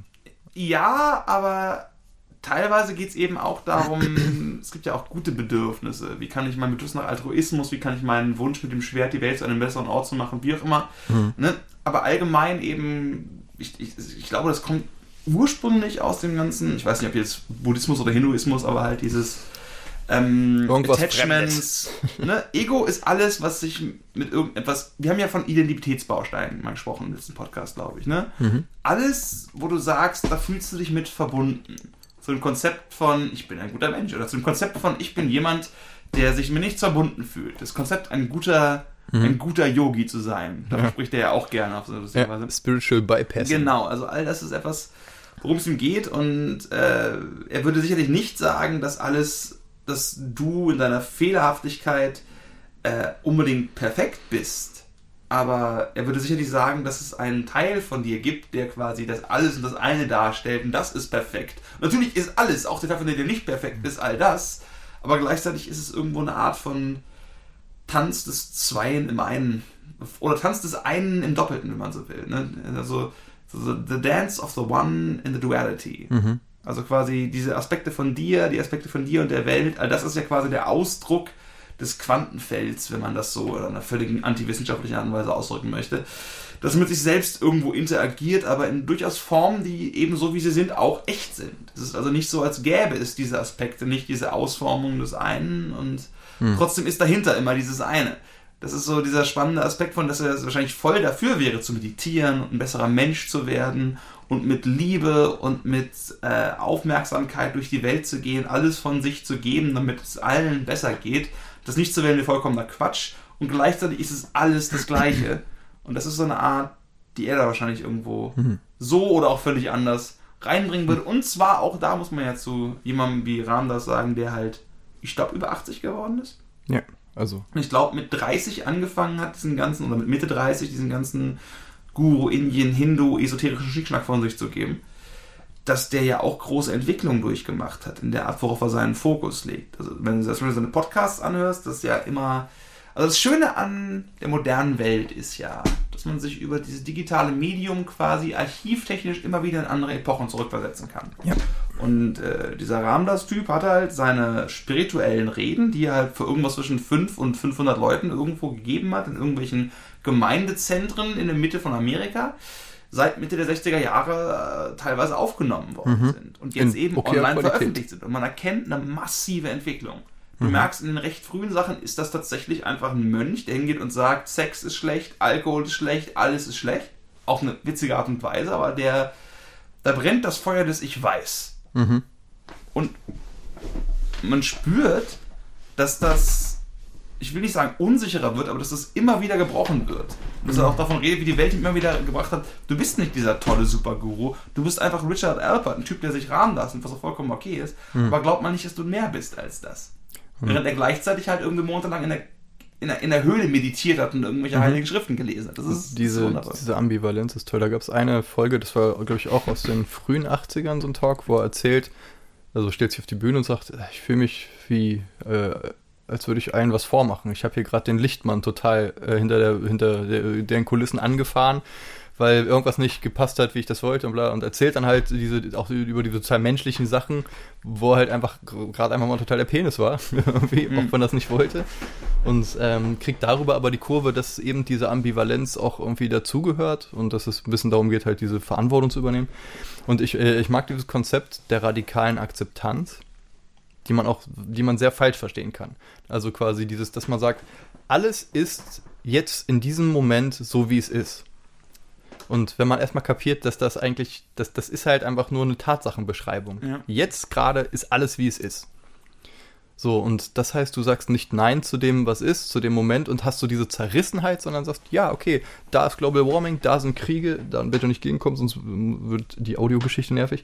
Ja, aber teilweise geht es eben auch darum, es gibt ja auch gute Bedürfnisse. Wie kann ich mein Bedürfnis nach Altruismus, wie kann ich meinen Wunsch mit dem Schwert, die Welt zu einem besseren Ort zu machen, wie auch immer. Mhm. Ne? Aber allgemein eben, ich, ich, ich glaube, das kommt ursprünglich aus dem ganzen, ich weiß nicht, ob jetzt Buddhismus oder Hinduismus, aber halt dieses ähm, Attachments. Ne? Ego ist alles, was sich mit irgendetwas, wir haben ja von Identitätsbausteinen mal gesprochen im letzten Podcast, glaube ich. Ne? Mhm. Alles, wo du sagst, da fühlst du dich mit verbunden. Zu dem Konzept von, ich bin ein guter Mensch, oder zu dem Konzept von, ich bin jemand, der sich mir nicht verbunden fühlt. Das Konzept, ein guter Mhm. ein guter Yogi zu sein. Davon ja. spricht er ja auch gerne auf so eine ja, Spiritual Bypassing. Genau, also all das ist etwas, worum es ihm geht und äh, er würde sicherlich nicht sagen, dass alles, dass du in deiner Fehlerhaftigkeit äh, unbedingt perfekt bist. aber er würde sicherlich sagen, dass es einen Teil von dir gibt, der quasi das Alles und das eine darstellt und das ist perfekt. Natürlich ist alles, auch der Teil von dir, der nicht perfekt ist, all das, aber gleichzeitig ist es irgendwo eine Art von Tanz des Zweien im Einen oder Tanz des Einen im Doppelten, wenn man so will. Ne? Also so the dance of the one in the duality. Mhm. Also quasi diese Aspekte von dir, die Aspekte von dir und der Welt, all das ist ja quasi der Ausdruck des Quantenfelds, wenn man das so in einer völligen antiwissenschaftlichen Art und Weise ausdrücken möchte, das mit sich selbst irgendwo interagiert, aber in durchaus Formen, die eben so wie sie sind, auch echt sind. Es ist also nicht so, als gäbe es diese Aspekte, nicht diese Ausformung des einen und hm. trotzdem ist dahinter immer dieses eine. Das ist so dieser spannende Aspekt von, dass er wahrscheinlich voll dafür wäre, zu meditieren und ein besserer Mensch zu werden und mit Liebe und mit äh, Aufmerksamkeit durch die Welt zu gehen, alles von sich zu geben, damit es allen besser geht. Das nicht zu wählen, wäre vollkommener Quatsch. Und gleichzeitig ist es alles das Gleiche. Und das ist so eine Art, die er da wahrscheinlich irgendwo mhm. so oder auch völlig anders reinbringen würde. Und zwar auch da muss man ja zu jemandem wie Ramdas sagen, der halt, ich glaube, über achtzig geworden ist. Ja, also. Und ich glaube, mit dreißig angefangen hat, diesen ganzen, oder mit Mitte dreißig, diesen ganzen Guru, Indien, Hindu, esoterischen Schnickschnack von sich zu geben. Dass der ja auch große Entwicklungen durchgemacht hat, in der Art, worauf er seinen Fokus legt. Also wenn du seine Podcasts anhörst, das ist ja immer... Also das Schöne an der modernen Welt ist ja, dass man sich über dieses digitale Medium quasi archivtechnisch immer wieder in andere Epochen zurückversetzen kann. Ja. Und äh, dieser Ramdas-Typ hat halt seine spirituellen Reden, die er halt für irgendwas zwischen fünf und fünfhundert Leuten irgendwo gegeben hat, in irgendwelchen Gemeindezentren in der Mitte von Amerika, seit Mitte der sechziger Jahre äh, teilweise aufgenommen worden mhm. sind und jetzt in eben online Qualität. Veröffentlicht sind. Und man erkennt eine massive Entwicklung. Du mhm. merkst, in den recht frühen Sachen ist das tatsächlich einfach ein Mönch, der hingeht und sagt, Sex ist schlecht, Alkohol ist schlecht, alles ist schlecht. Auf eine witzige Art und Weise, aber der, da brennt das Feuer des Ich weiß. Mhm. Und man spürt, dass das, ich will nicht sagen unsicherer wird, aber dass das immer wieder gebrochen wird. Und dass er auch davon redet, wie die Welt ihm immer wieder gebracht hat, du bist nicht dieser tolle Superguru, du bist einfach Richard Alpert, ein Typ, der sich rahmen lässt, was auch vollkommen okay ist, mhm. aber glaub mal nicht, dass du mehr bist als das. Mhm. Während er gleichzeitig halt irgendwie monatelang in der, in der, in der Höhle meditiert hat und irgendwelche mhm. heiligen Schriften gelesen hat. Das ist diese, wunderbar. Diese Ambivalenz ist toll. Da gab es eine Folge, das war, glaube ich, auch aus den frühen achtzigern, so ein Talk, wo er erzählt, also stellt sich auf die Bühne und sagt, ich fühle mich wie... Äh, als würde ich allen was vormachen. Ich habe hier gerade den Lichtmann total äh, hinter, der, hinter der, deren Kulissen angefahren, weil irgendwas nicht gepasst hat, wie ich das wollte und bla. Und erzählt dann halt diese auch über die total menschlichen Sachen, wo er halt einfach gerade einfach mal total der Penis war, irgendwie, mhm. auch wenn er das nicht wollte. Und ähm, kriegt darüber aber die Kurve, dass eben diese Ambivalenz auch irgendwie dazugehört und dass es ein bisschen darum geht, halt diese Verantwortung zu übernehmen. Und ich, äh, ich mag dieses Konzept der radikalen Akzeptanz, die man auch, die man sehr falsch verstehen kann. Also quasi dieses, dass man sagt, alles ist jetzt in diesem Moment so, wie es ist. Und wenn man erstmal kapiert, dass das eigentlich, das, das ist halt einfach nur eine Tatsachenbeschreibung. Ja. Jetzt gerade ist alles, wie es ist. So, und das heißt, du sagst nicht Nein zu dem, was ist, zu dem Moment und hast so diese Zerrissenheit, sondern sagst, ja, okay, da ist Global Warming, da sind Kriege, dann bitte nicht gegenkommen, sonst wird die Audiogeschichte nervig.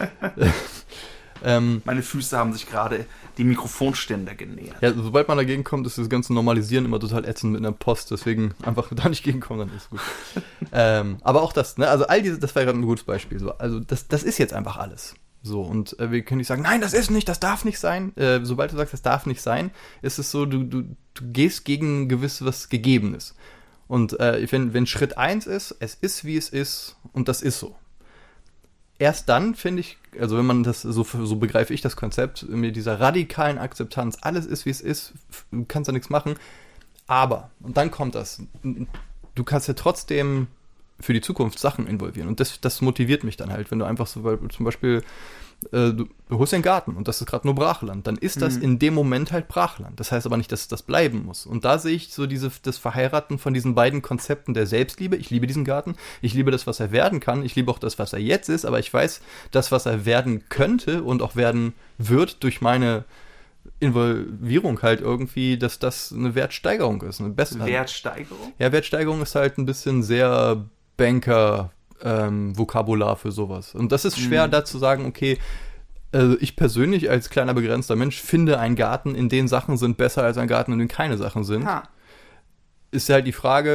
Ähm, Meine Füße haben sich gerade die Mikrofonständer genähert. Ja, sobald man dagegen kommt, ist das ganze Normalisieren immer total ätzend mit einer Post, deswegen einfach da nicht gegenkommen, dann ist gut. ähm, aber auch das, ne, also all diese, das wäre gerade ein gutes Beispiel. So. Also das, das ist jetzt einfach alles. So, und äh, wir können nicht sagen, nein, das ist nicht, das darf nicht sein. Äh, sobald du sagst, das darf nicht sein, ist es so, du, du, du gehst gegen gewiss was Gegebenes. Und äh, wenn, wenn Schritt eins ist, es ist, wie es ist, und das ist so. Erst dann, finde ich, also wenn man das, so, so begreife ich das Konzept, mit dieser radikalen Akzeptanz, alles ist, wie es ist, du kannst da nichts machen, aber, und dann kommt das, du kannst ja trotzdem für die Zukunft Sachen involvieren und das, das motiviert mich dann halt, wenn du einfach so, weil zum Beispiel, äh, du, du holst den Garten und das ist gerade nur Brachland, dann ist das mhm. in dem Moment halt Brachland. Das heißt aber nicht, dass das bleiben muss. Und da sehe ich so diese, das Verheiraten von diesen beiden Konzepten der Selbstliebe. Ich liebe diesen Garten, ich liebe das, was er werden kann, ich liebe auch das, was er jetzt ist, aber ich weiß, das, was er werden könnte und auch werden wird durch meine Involvierung halt irgendwie, dass das eine Wertsteigerung ist. Eine bessere Wertsteigerung? Ja, Wertsteigerung ist halt ein bisschen sehr Banker- Ähm, Vokabular für sowas. Und das ist schwer, mhm. da zu sagen, okay, äh, ich persönlich als kleiner begrenzter Mensch finde einen Garten, in dem Sachen sind besser als ein Garten, in dem keine Sachen sind. Ha. Ist halt die Frage,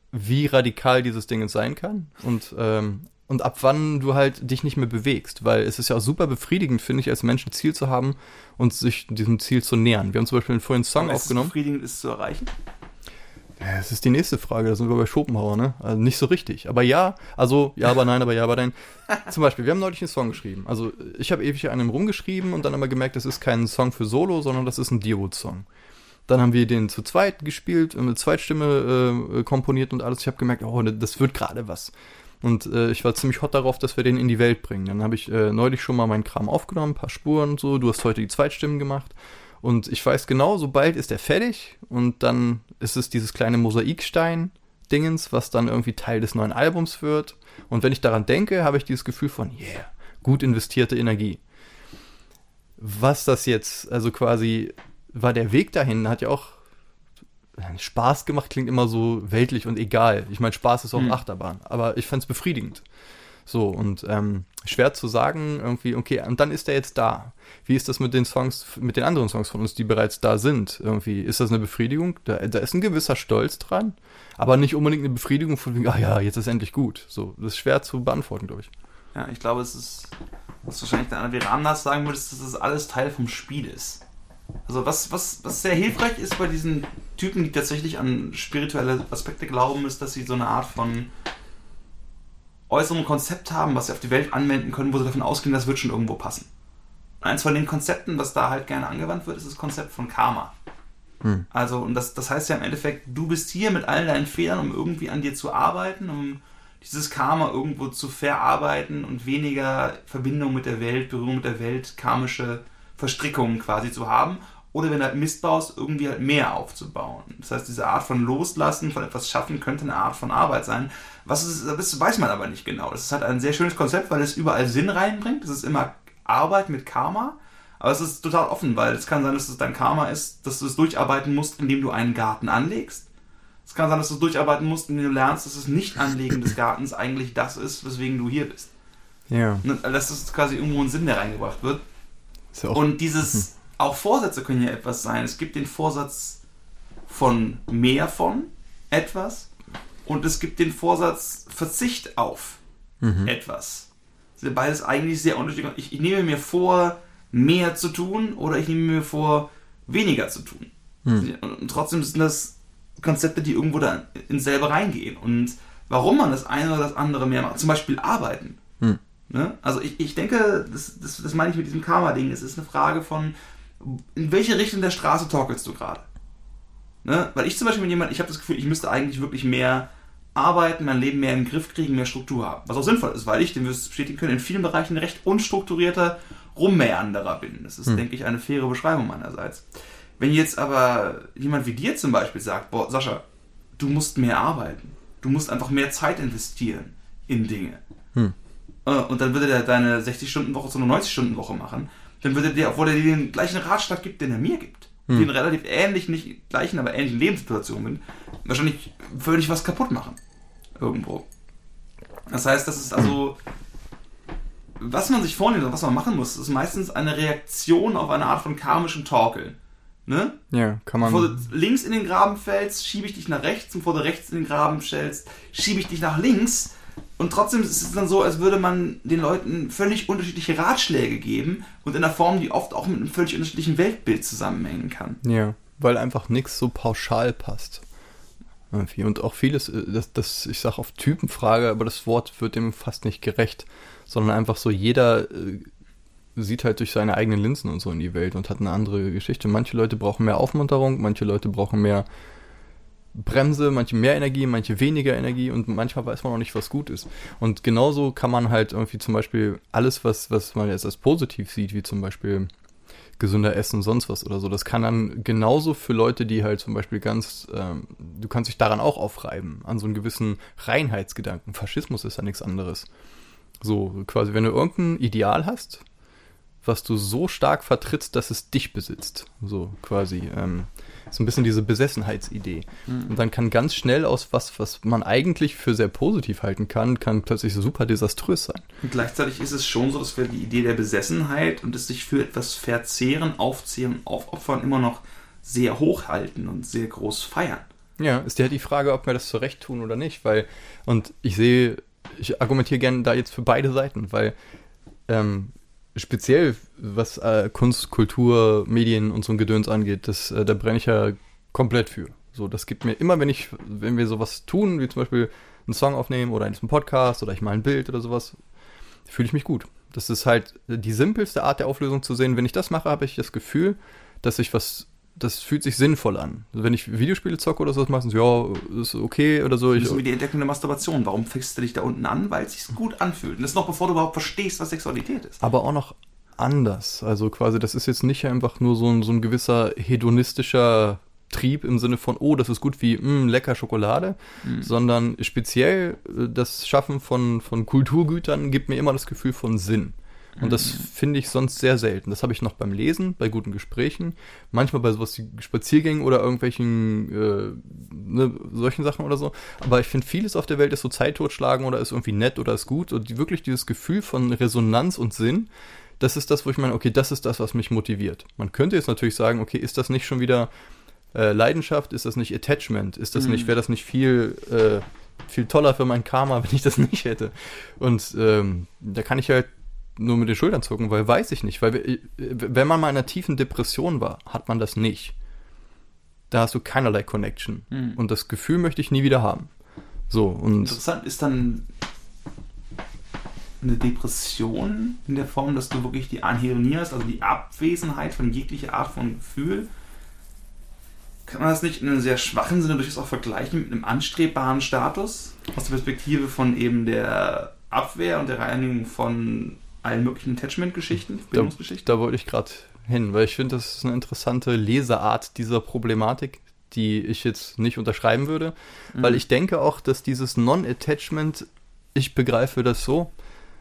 wie radikal dieses Ding jetzt sein kann und, ähm, und ab wann du halt dich nicht mehr bewegst, weil es ist ja auch super befriedigend, finde ich, als Mensch ein Ziel zu haben und sich diesem Ziel zu nähern. Wir haben zum Beispiel einen vorhin Song Aber aufgenommen. Ist es befriedigend, ist es zu erreichen? Ja, das ist die nächste Frage, da sind wir bei Schopenhauer, ne? Also nicht so richtig. Aber ja, also ja, aber nein, aber ja, aber nein. Zum Beispiel, wir haben neulich einen Song geschrieben. Also ich habe ewig an einem rumgeschrieben und dann aber gemerkt, das ist kein Song für Solo, sondern das ist ein Duo-Song. Dann haben wir den zu zweit gespielt, eine Zweitstimme äh, komponiert und alles. Ich habe gemerkt, oh, das wird gerade was. Und äh, ich war ziemlich hot darauf, dass wir den in die Welt bringen. Dann habe ich äh, neulich schon mal meinen Kram aufgenommen, ein paar Spuren und so. Du hast heute die Zweitstimmen gemacht. Und ich weiß genau, sobald ist der fertig und dann ist es dieses kleine Mosaikstein-Dingens, was dann irgendwie Teil des neuen Albums wird. Und wenn ich daran denke, habe ich dieses Gefühl von, yeah, gut investierte Energie. Was das jetzt, also quasi, war der Weg dahin, hat ja auch Spaß gemacht, klingt immer so weltlich und egal. Ich meine, Spaß ist auch mhm. Achterbahn, aber ich fand es befriedigend. So, und ähm, schwer zu sagen, irgendwie, okay, und dann ist der jetzt da. Wie ist das mit den Songs, mit den anderen Songs von uns, die bereits da sind? Irgendwie, ist das eine Befriedigung? Da, da ist ein gewisser Stolz dran, aber nicht unbedingt eine Befriedigung von, ah ja, jetzt ist endlich gut. So, das ist schwer zu beantworten, glaube ich. Ja, ich glaube, es ist, was wahrscheinlich der Anna Verandas sagen würde, dass das alles Teil vom Spiel ist. Also was, was, was sehr hilfreich ist bei diesen Typen, die tatsächlich an spirituelle Aspekte glauben, ist, dass sie so eine Art von äußerem Konzept haben, was sie auf die Welt anwenden können, wo sie davon ausgehen, das wird schon irgendwo passen. Und eins von den Konzepten, was da halt gerne angewandt wird, ist das Konzept von Karma. Hm. Also, und das, das heißt ja im Endeffekt, du bist hier mit all deinen Fehlern, um irgendwie an dir zu arbeiten, um dieses Karma irgendwo zu verarbeiten und weniger Verbindung mit der Welt, Berührung mit der Welt, karmische Verstrickungen quasi zu haben. Oder wenn du halt Mist baust, irgendwie halt mehr aufzubauen. Das heißt, diese Art von Loslassen, von etwas schaffen, könnte eine Art von Arbeit sein. Was ist, das weiß man aber nicht genau. Das ist halt ein sehr schönes Konzept, weil es überall Sinn reinbringt. Es ist immer Arbeit mit Karma. Aber es ist total offen, weil es kann sein, dass es dein Karma ist, dass du es durcharbeiten musst, indem du einen Garten anlegst. Es kann sein, dass du es durcharbeiten musst, indem du lernst, dass das Nicht-Anlegen des Gartens eigentlich das ist, weswegen du hier bist. Ja. Dass es quasi irgendwo ein Sinn, der reingebracht wird. Ist ja auch Und dieses... Auch Vorsätze können ja etwas sein. Es gibt den Vorsatz von mehr von etwas und es gibt den Vorsatz Verzicht auf mhm. etwas. Das sind beides eigentlich sehr unterschiedlich. Ich, ich nehme mir vor, mehr zu tun oder ich nehme mir vor, weniger zu tun. Mhm. Und trotzdem sind das Konzepte, die irgendwo da ins selbe reingehen. Und warum man das eine oder das andere mehr macht, zum Beispiel arbeiten. Mhm. Ne? Also ich, ich denke, das, das, das meine ich mit diesem Karma-Ding, es ist eine Frage von, in welche Richtung der Straße torkelst du gerade? Ne? Weil ich zum Beispiel bin jemand, ich habe das Gefühl, ich müsste eigentlich wirklich mehr arbeiten, mein Leben mehr in den Griff kriegen, mehr Struktur haben. Was auch sinnvoll ist, weil ich, den wirst du bestätigen können, in vielen Bereichen ein recht unstrukturierter Rummeanderer bin. Das ist, hm. denke ich, eine faire Beschreibung meinerseits. Wenn jetzt aber jemand wie dir zum Beispiel sagt, boah, Sascha, du musst mehr arbeiten. Du musst einfach mehr Zeit investieren in Dinge. Hm. Und dann würde der deine sechzig-Stunden-Woche zu einer neunzig-Stunden-Woche machen. Dann würde der, obwohl er dir den gleichen Ratschlag gibt, den er mir gibt, hm. die in relativ ähnlichen, nicht gleichen, aber ähnlichen Lebenssituationen bin, wahrscheinlich völlig was kaputt machen. Irgendwo. Das heißt, das ist also, was man sich vornimmt und was man machen muss, ist meistens eine Reaktion auf eine Art von karmischem Torkeln. Ne? Ja, kann man. Bevor du links in den Graben fällst, schiebe ich dich nach rechts, und bevor du rechts in den Graben fällst, schiebe ich dich nach links. Und trotzdem ist es dann so, als würde man den Leuten völlig unterschiedliche Ratschläge geben und in einer Form, die oft auch mit einem völlig unterschiedlichen Weltbild zusammenhängen kann. Ja, weil einfach nichts so pauschal passt. Irgendwie. Und auch vieles, das, das ich sage auf Typenfrage, aber das Wort wird dem fast nicht gerecht, sondern einfach so jeder äh, sieht halt durch seine eigenen Linsen und so in die Welt und hat eine andere Geschichte. Manche Leute brauchen mehr Aufmunterung, manche Leute brauchen mehr Bremse, manche mehr Energie, manche weniger Energie und manchmal weiß man auch nicht, was gut ist. Und genauso kann man halt irgendwie zum Beispiel alles, was, was man jetzt als positiv sieht, wie zum Beispiel gesünder Essen und sonst was oder so, das kann dann genauso für Leute, die halt zum Beispiel ganz, ähm, du kannst dich daran auch aufreiben, an so einen gewissen Reinheitsgedanken. Faschismus ist ja nichts anderes. So quasi, wenn du irgendein Ideal hast, was du so stark vertrittst, dass es dich besitzt. So quasi. Ähm, so ein bisschen diese Besessenheitsidee. Mhm. Und dann kann ganz schnell aus was, was man eigentlich für sehr positiv halten kann, kann plötzlich super desaströs sein. Und gleichzeitig ist es schon so, dass wir die Idee der Besessenheit und des sich für etwas verzehren, aufzehren, aufopfern immer noch sehr hoch halten und sehr groß feiern. Ja, ist ja die Frage, ob wir das zurecht tun oder nicht, weil, und ich sehe, ich argumentiere gerne da jetzt für beide Seiten, weil ähm, speziell was äh, Kunst, Kultur, Medien und so ein Gedöns angeht, das, äh, da brenne ich ja komplett für. So, das gibt mir immer, wenn ich, wenn wir sowas tun, wie zum Beispiel einen Song aufnehmen oder einen Podcast oder ich mal ein Bild oder sowas, fühle ich mich gut. Das ist halt die simpelste Art der Auflösung zu sehen. Wenn ich das mache, habe ich das Gefühl, dass ich was, das fühlt sich sinnvoll an. Also wenn ich Videospiele zocke oder so, ist meistens, ja, ist okay oder so. Das ist wie die Entdeckung der Masturbation. Warum fickst du dich da unten an? Weil es sich gut anfühlt. Und das noch bevor du überhaupt verstehst, was Sexualität ist. Aber auch noch anders. Also quasi, das ist jetzt nicht einfach nur so ein, so ein gewisser hedonistischer Trieb im Sinne von, oh, das ist gut wie, mh, lecker Schokolade, mhm. sondern speziell das Schaffen von, von Kulturgütern gibt mir immer das Gefühl von Sinn. Und mhm. das finde ich sonst sehr selten. Das habe ich noch beim Lesen, bei guten Gesprächen, manchmal bei sowas wie Spaziergängen oder irgendwelchen äh, ne, solchen Sachen oder so. Aber ich finde, vieles auf der Welt ist so Zeit totschlagen oder ist irgendwie nett oder ist gut. Und die, wirklich dieses Gefühl von Resonanz und Sinn, das ist das, wo ich meine, okay, das ist das, was mich motiviert. Man könnte jetzt natürlich sagen, okay, ist das nicht schon wieder Äh, Leidenschaft, ist das nicht Attachment? Ist das mhm. nicht, wäre das nicht viel, äh, viel toller für mein Karma, wenn ich das nicht hätte? Und ähm, da kann ich halt nur mit den Schultern zucken, weil weiß ich nicht. Weil äh, wenn man mal in einer tiefen Depression war, hat man das nicht. Da hast du keinerlei Connection. Mhm. Und das Gefühl möchte ich nie wieder haben. So, und interessant ist dann eine Depression in der Form, dass du wirklich die Anhedonie hast, also die Abwesenheit von jeglicher Art von Gefühl. Kann man das nicht in einem sehr schwachen Sinne durchaus auch vergleichen mit einem anstrebbaren Status? Aus der Perspektive von eben der Abwehr und der Reinigung von allen möglichen Attachment-Geschichten, Bindungsgeschichten? Da, da wollte ich gerade hin, weil ich finde, das ist eine interessante Leseart dieser Problematik, die ich jetzt nicht unterschreiben würde, mhm. weil ich denke auch, dass dieses Non-Attachment, ich begreife das so,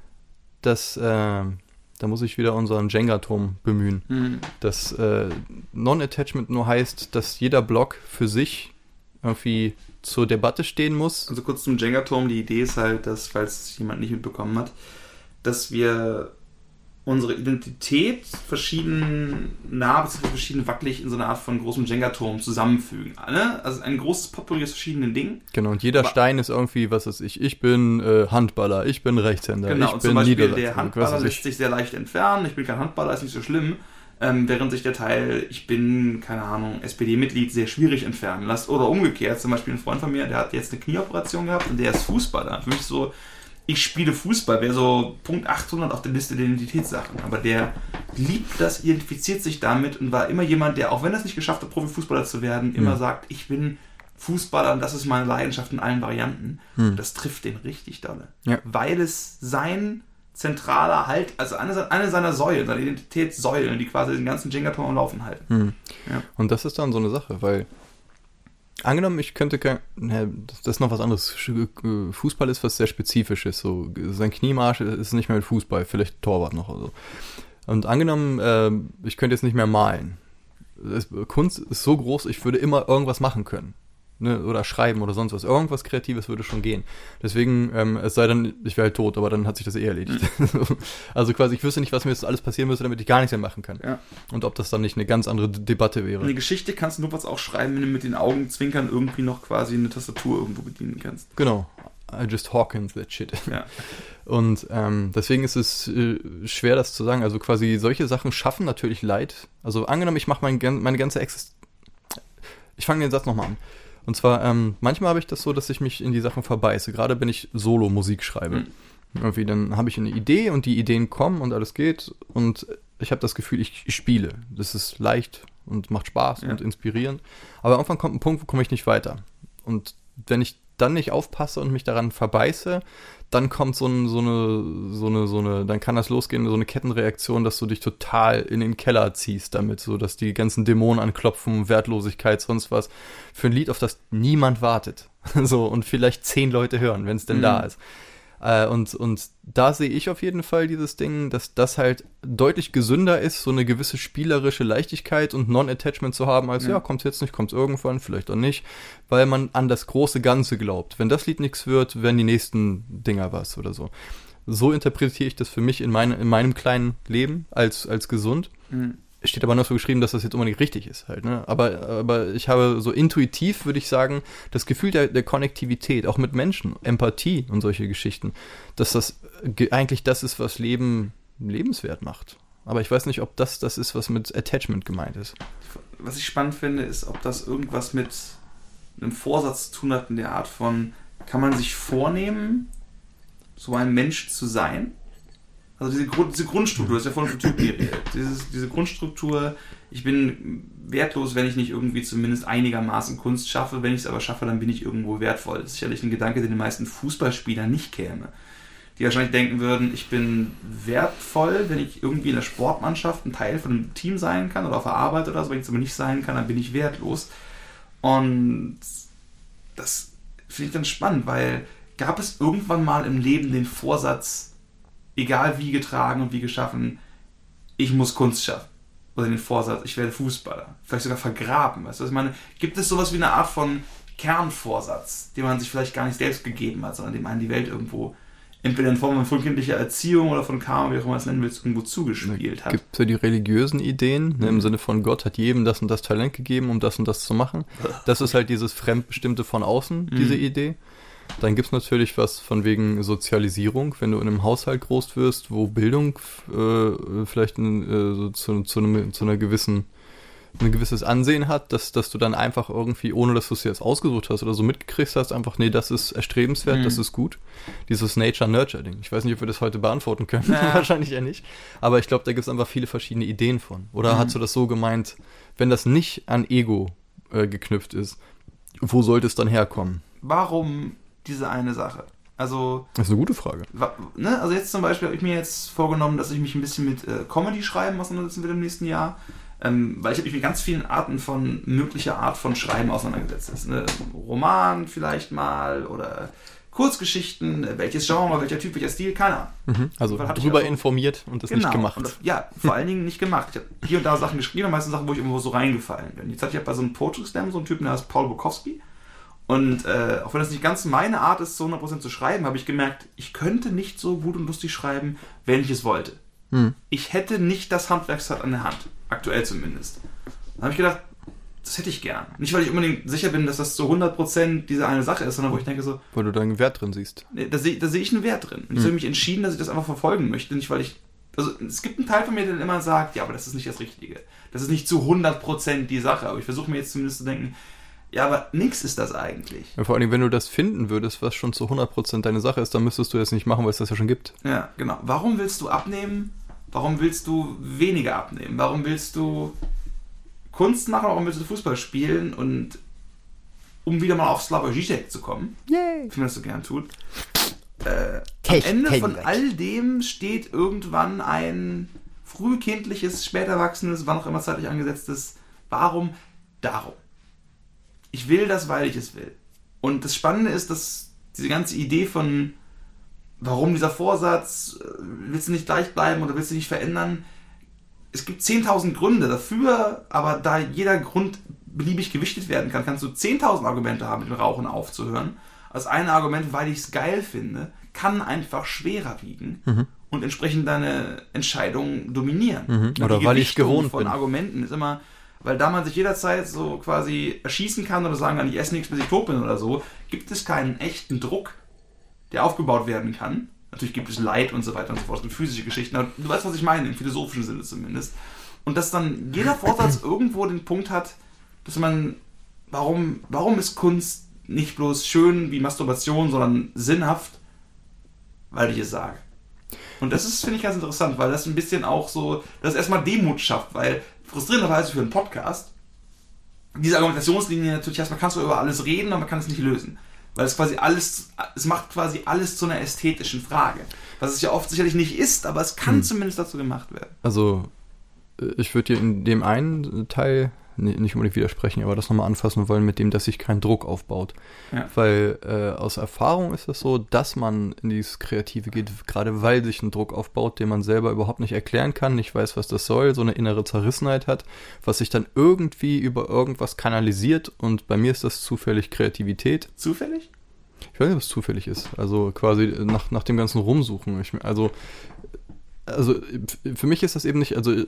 dass äh, da muss ich wieder unseren Jenga-Turm bemühen. Mhm. Dass äh, Non-Attachment nur heißt, dass jeder Block für sich irgendwie zur Debatte stehen muss. Also kurz zum Jenga-Turm. Die Idee ist halt, dass, falls jemand nicht mitbekommen hat, dass wir unsere Identität verschieden nah bzw. verschieden wackelig in so einer Art von großem Jenga-Turm zusammenfügen. Ne? Also ein großes Potpourri aus verschiedenen Dingen. Genau, und jeder Aber Stein ist irgendwie, was weiß ich, ich bin äh, Handballer, ich bin Rechtshänder, genau, ich und bin zum Beispiel Niedersachsen. Der Handballer lässt sich sehr leicht entfernen, ich bin kein Handballer, ist nicht so schlimm, ähm, während sich der Teil, ich bin, keine Ahnung, S P D-Mitglied, sehr schwierig entfernen lässt. Oder umgekehrt, zum Beispiel ein Freund von mir, der hat jetzt eine Knieoperation gehabt und der ist Fußballer. Für mich so, ich spiele Fußball, wäre so Punkt achthundert auf der Liste der Identitätssachen. Aber der liebt das, identifiziert sich damit und war immer jemand, der, auch wenn er es nicht geschafft hat, Profifußballer zu werden, immer mhm. sagt, ich bin Fußballer und das ist meine Leidenschaft in allen Varianten. Mhm. Das trifft den richtig dolle. Ja. Weil es sein zentraler Halt, also eine, eine seiner Säulen, seine Identitätssäulen, die quasi den ganzen Jenga-Turm am Laufen halten. Mhm. Ja. Und das ist dann so eine Sache, weil angenommen, ich könnte kein, ne, das ist noch was anderes. Fußball ist was sehr Spezifisches. So, sein Kniemarsch ist nicht mehr mit Fußball, vielleicht Torwart noch oder so. Und angenommen, äh, ich könnte jetzt nicht mehr malen. Es, Kunst ist so groß, ich würde immer irgendwas machen können. Ne, oder schreiben oder sonst was. Irgendwas Kreatives würde schon gehen. Deswegen, ähm, es sei denn, ich wäre halt tot, aber dann hat sich das eh erledigt. Mhm. Also quasi, ich wüsste nicht, was mir jetzt alles passieren müsste, damit ich gar nichts mehr machen kann. Ja. Und ob das dann nicht eine ganz andere D- Debatte wäre. Eine Geschichte kannst du nur was auch schreiben, wenn du mit den Augenzwinkern irgendwie noch quasi eine Tastatur irgendwo bedienen kannst. Genau. I just Hawkins that shit. Ja. Und ähm, deswegen ist es äh, schwer, das zu sagen. Also quasi solche Sachen schaffen natürlich Leid. Also angenommen, ich mache mein, meine ganze Existenz... Ich fange den Satz nochmal an. Und zwar, ähm, manchmal habe ich das so, dass ich mich in die Sachen verbeiße. Gerade wenn ich Solo-Musik schreibe. Mhm. Irgendwie, dann habe ich eine Idee und die Ideen kommen und alles geht. Und ich habe das Gefühl, ich, ich spiele. Das ist leicht und macht Spaß ja. und inspirierend. Aber irgendwann kommt ein Punkt, wo komme ich nicht weiter. Und wenn ich dann nicht aufpasse und mich daran verbeiße, dann kommt so, ein, so, eine, so eine, so eine, dann kann das losgehen, so eine Kettenreaktion, dass du dich total in den Keller ziehst damit, so dass die ganzen Dämonen anklopfen, Wertlosigkeit, sonst was, für ein Lied, auf das niemand wartet. So, und vielleicht zehn Leute hören, wenn es denn mhm. da ist. Äh, und, und da sehe ich auf jeden Fall dieses Ding, dass das halt deutlich gesünder ist, so eine gewisse spielerische Leichtigkeit und Non-Attachment zu haben, als ja, ja kommt jetzt nicht, kommt irgendwann, vielleicht auch nicht, weil man an das große Ganze glaubt. Wenn das Lied nichts wird, werden die nächsten Dinger was oder so. So interpretiere ich das für mich in, meine, in meinem kleinen Leben als, als gesund. Mhm. steht aber noch so geschrieben, dass das jetzt unbedingt richtig ist halt, ne? Aber, aber ich habe so intuitiv, würde ich sagen, das Gefühl der, der Konnektivität, auch mit Menschen, Empathie und solche Geschichten, dass das ge- eigentlich das ist, was Leben lebenswert macht. Aber ich weiß nicht, ob das das ist, was mit Attachment gemeint ist. Was ich spannend finde, ist, ob das irgendwas mit einem Vorsatz zu tun hat in der Art von, kann man sich vornehmen, so ein Mensch zu sein? Also diese, Grund, diese Grundstruktur, das ist ja vorhin von Typ geredet. Dieses, diese Grundstruktur, ich bin wertlos, wenn ich nicht irgendwie zumindest einigermaßen Kunst schaffe. Wenn ich es aber schaffe, dann bin ich irgendwo wertvoll. Das ist sicherlich ein Gedanke, den den meisten Fußballspielern nicht käme. Die wahrscheinlich denken würden, ich bin wertvoll, wenn ich irgendwie in der Sportmannschaft ein Teil von einem Team sein kann oder auf der Arbeit oder so. Wenn ich es aber nicht sein kann, dann bin ich wertlos. Und das finde ich dann spannend, weil gab es irgendwann mal im Leben den Vorsatz, egal wie getragen und wie geschaffen, ich muss Kunst schaffen. Oder den Vorsatz, ich werde Fußballer. Vielleicht sogar vergraben. Weißt du, was ich meine? Gibt es sowas wie eine Art von Kernvorsatz, den man sich vielleicht gar nicht selbst gegeben hat, sondern dem einen die Welt irgendwo, entweder in Form von frühkindlicher Erziehung oder von Karma, wie auch immer es nennen willst, irgendwo zugespielt hat? Gibt es ja die religiösen Ideen, ne, im Sinne von Gott hat jedem das und das Talent gegeben, um das und das zu machen. Das ist halt dieses Fremdbestimmte von außen, diese mhm. Idee. Dann gibt es natürlich was von wegen Sozialisierung, wenn du in einem Haushalt groß wirst, wo Bildung äh, vielleicht ein, äh, so zu, zu, einem, zu einer gewissen, ein gewisses Ansehen hat, dass, dass du dann einfach irgendwie, ohne dass du es jetzt ausgesucht hast oder so mitgekriegt hast, einfach, nee, das ist erstrebenswert, mhm. das ist gut. Dieses Nature-Nurture-Ding. Ich weiß nicht, ob wir das heute beantworten können. Ja. Wahrscheinlich eher nicht. Aber ich glaube, da gibt es einfach viele verschiedene Ideen von. Oder mhm. hast du das so gemeint, wenn das nicht an Ego äh, geknüpft ist, wo sollte es dann herkommen? Warum diese eine Sache? Also, das ist eine gute Frage. Ne, also jetzt zum Beispiel habe ich mir jetzt vorgenommen, dass ich mich ein bisschen mit äh, Comedy-Schreiben auseinandersetzen will im nächsten Jahr, ähm, weil ich habe mich mit ganz vielen Arten von, möglicher Art von Schreiben auseinandergesetzt. Ne? Roman vielleicht mal oder Kurzgeschichten, welches Genre, welcher Typ, welcher Stil, keine Ahnung. Mhm, also drüber also, informiert und das genau, nicht gemacht. Und, ja, vor allen Dingen nicht gemacht. Ich habe hier und da Sachen geschrieben, meistens Sachen, wo ich irgendwo so reingefallen bin. Jetzt hatte ich ja bei so einem Poetry Slam so einen Typen, der heißt Paul Bukowski. Und äh, auch wenn das nicht ganz meine Art ist, zu hundert Prozent zu schreiben, habe ich gemerkt, ich könnte nicht so gut und lustig schreiben, wenn ich es wollte. Hm. Ich hätte nicht das Handwerkszeug an der Hand, aktuell zumindest. Dann habe ich gedacht, das hätte ich gern. Nicht, weil ich unbedingt sicher bin, dass das zu hundert Prozent diese eine Sache ist, sondern wo ich denke so... Weil du da einen Wert drin siehst. Da sehe da seh ich einen Wert drin. Und ich hm. habe mich entschieden, dass ich das einfach verfolgen möchte, nicht weil ich... Also es gibt einen Teil von mir, der immer sagt, ja, aber das ist nicht das Richtige. Das ist nicht zu hundert Prozent die Sache. Aber ich versuche mir jetzt zumindest zu denken... Ja, aber nix ist das eigentlich. Ja, vor allem, wenn du das finden würdest, was schon zu hundert Prozent deine Sache ist, dann müsstest du das nicht machen, weil es das ja schon gibt. Ja, genau. Warum willst du abnehmen? Warum willst du weniger abnehmen? Warum willst du Kunst machen? Warum willst du Fußball spielen? Und um wieder mal auf Slavoj Žižek zu kommen, Yay. wie man das so gern tut, äh, am Ende von all dem steht irgendwann ein frühkindliches, später erwachsenes, wann auch immer zeitlich angesetztes Warum? Darum. Ich will das, weil ich es will. Und das Spannende ist, dass diese ganze Idee von, warum dieser Vorsatz, willst du nicht gleich bleiben oder willst du nicht verändern, es gibt zehntausend Gründe dafür, aber da jeder Grund beliebig gewichtet werden kann, kannst du zehntausend Argumente haben, mit dem Rauchen aufzuhören. Als ein Argument, weil ich es geil finde, kann einfach schwerer wiegen mhm. und entsprechend deine Entscheidung dominieren. Mhm. Oder weil ich gewohnt von bin. Argumenten ist immer... Weil da man sich jederzeit so quasi erschießen kann oder sagen kann, ich esse nichts, bis ich tot bin oder so, gibt es keinen echten Druck, der aufgebaut werden kann. Natürlich gibt es Leid und so weiter und so fort, und physische Geschichten, aber du weißt, was ich meine, im philosophischen Sinne zumindest. Und dass dann jeder Vorsatz irgendwo den Punkt hat, dass man, warum, warum ist Kunst nicht bloß schön wie Masturbation, sondern sinnhaft, weil ich es sage. Und das ist, finde ich, ganz interessant, weil das ein bisschen auch so, das erstmal Demut schafft, weil frustrierenderweise für einen Podcast diese Argumentationslinie natürlich erstmal kannst du über alles reden, aber man kann es nicht lösen. Weil es quasi alles, es macht quasi alles zu einer ästhetischen Frage. Was es ja oft sicherlich nicht ist, aber es kann hm. zumindest dazu gemacht werden. Also, ich würde dir in dem einen Teil nicht unbedingt widersprechen, aber das nochmal anfassen wollen mit dem, dass sich kein Druck aufbaut. Ja. Weil äh, aus Erfahrung ist es so, dass man in dieses Kreative geht, gerade weil sich ein Druck aufbaut, den man selber überhaupt nicht erklären kann, nicht weiß, was das soll, so eine innere Zerrissenheit hat, was sich dann irgendwie über irgendwas kanalisiert, und bei mir ist das zufällig Kreativität. Zufällig? Ich weiß nicht, was zufällig ist. Also quasi nach, nach dem ganzen Rumsuchen. Ich, also, also für mich ist das eben nicht, also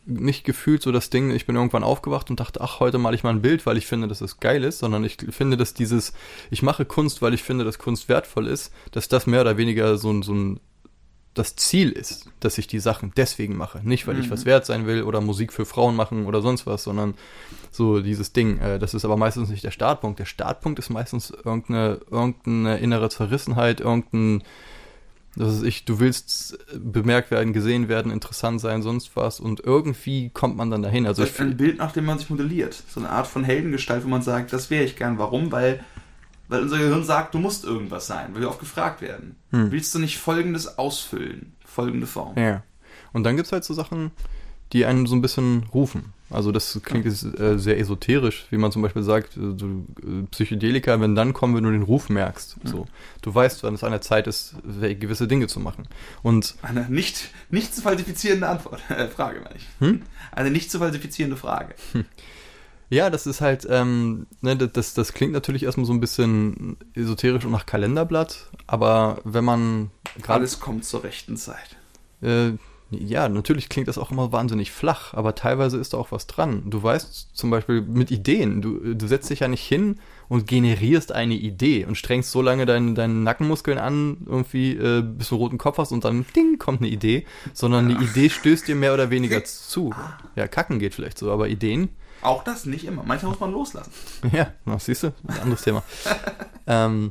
nicht gefühlt so das Ding, ich bin irgendwann aufgewacht und dachte, ach, heute male ich mal ein Bild, weil ich finde, dass es geil ist, sondern ich finde, dass dieses, ich mache Kunst, weil ich finde, dass Kunst wertvoll ist, dass das mehr oder weniger so ein, so ein das Ziel ist, dass ich die Sachen deswegen mache. Nicht, weil mhm. ich was wert sein will oder Musik für Frauen machen oder sonst was, sondern so dieses Ding. Äh, das ist aber meistens nicht der Startpunkt. Der Startpunkt ist meistens irgendeine, irgendeine innere Zerrissenheit, irgendein, das ist ich, du willst bemerkt werden, gesehen werden, interessant sein, sonst was und irgendwie kommt man dann dahin. Also das ist ein Bild, nach dem man sich modelliert. So eine Art von Heldengestalt, wo man sagt, das wäre ich gern. Warum? Weil Weil unser Gehirn sagt, du musst irgendwas sein, weil wir oft gefragt werden. Hm. Willst du nicht Folgendes ausfüllen? Folgende Form. Ja. Und dann gibt es halt so Sachen, die einen so ein bisschen rufen. Also das klingt jetzt äh, sehr esoterisch, wie man zum Beispiel sagt, du, äh, Psychedelika, wenn dann kommen, wenn du den Ruf merkst. Hm. So. Du weißt, wann es an der Zeit ist, gewisse Dinge zu machen. Und eine nicht, nicht zu falsifizierende Antwort. Äh, Frage, meine ich. Hm? Eine nicht zu falsifizierende Frage. Hm. Ja, das ist halt, ähm, ne, das, das klingt natürlich erstmal so ein bisschen esoterisch und nach Kalenderblatt, aber wenn man gerade alles kommt zur rechten Zeit. Äh, ja, natürlich klingt das auch immer wahnsinnig flach, aber teilweise ist da auch was dran. Du weißt zum Beispiel mit Ideen, du, du setzt dich ja nicht hin und generierst eine Idee und strengst so lange deine, deine Nackenmuskeln an, irgendwie äh, bis du einen roten Kopf hast und dann ding, kommt eine Idee, sondern die Idee stößt dir mehr oder weniger zu. Ja, kacken geht vielleicht so, aber Ideen... Auch das nicht immer. Manchmal muss man loslassen. Ja, das siehst du, ein anderes Thema. ähm,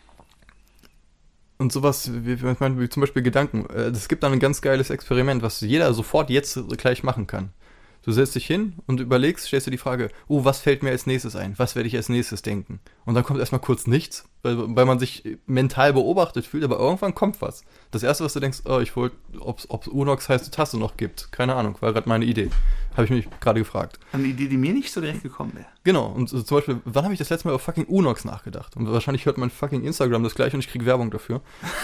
und sowas, wie, wie zum Beispiel Gedanken. Es gibt dann ein ganz geiles Experiment, was jeder sofort jetzt gleich machen kann. Du setzt dich hin und überlegst, stellst dir die Frage, oh, was fällt mir als nächstes ein? Was werde ich als nächstes denken? Und dann kommt erstmal kurz nichts, weil, weil man sich mental beobachtet fühlt, aber irgendwann kommt was. Das Erste, was du denkst, oh, ich wollte, ob es Unox heiße Tasse noch gibt. Keine Ahnung, war gerade meine Idee. Habe ich mich gerade gefragt. Eine Idee, die mir nicht so direkt gekommen wäre. Genau, und so, zum Beispiel, wann habe ich das letzte Mal über fucking Unox nachgedacht? Und wahrscheinlich hört mein fucking Instagram das gleiche und ich kriege Werbung dafür.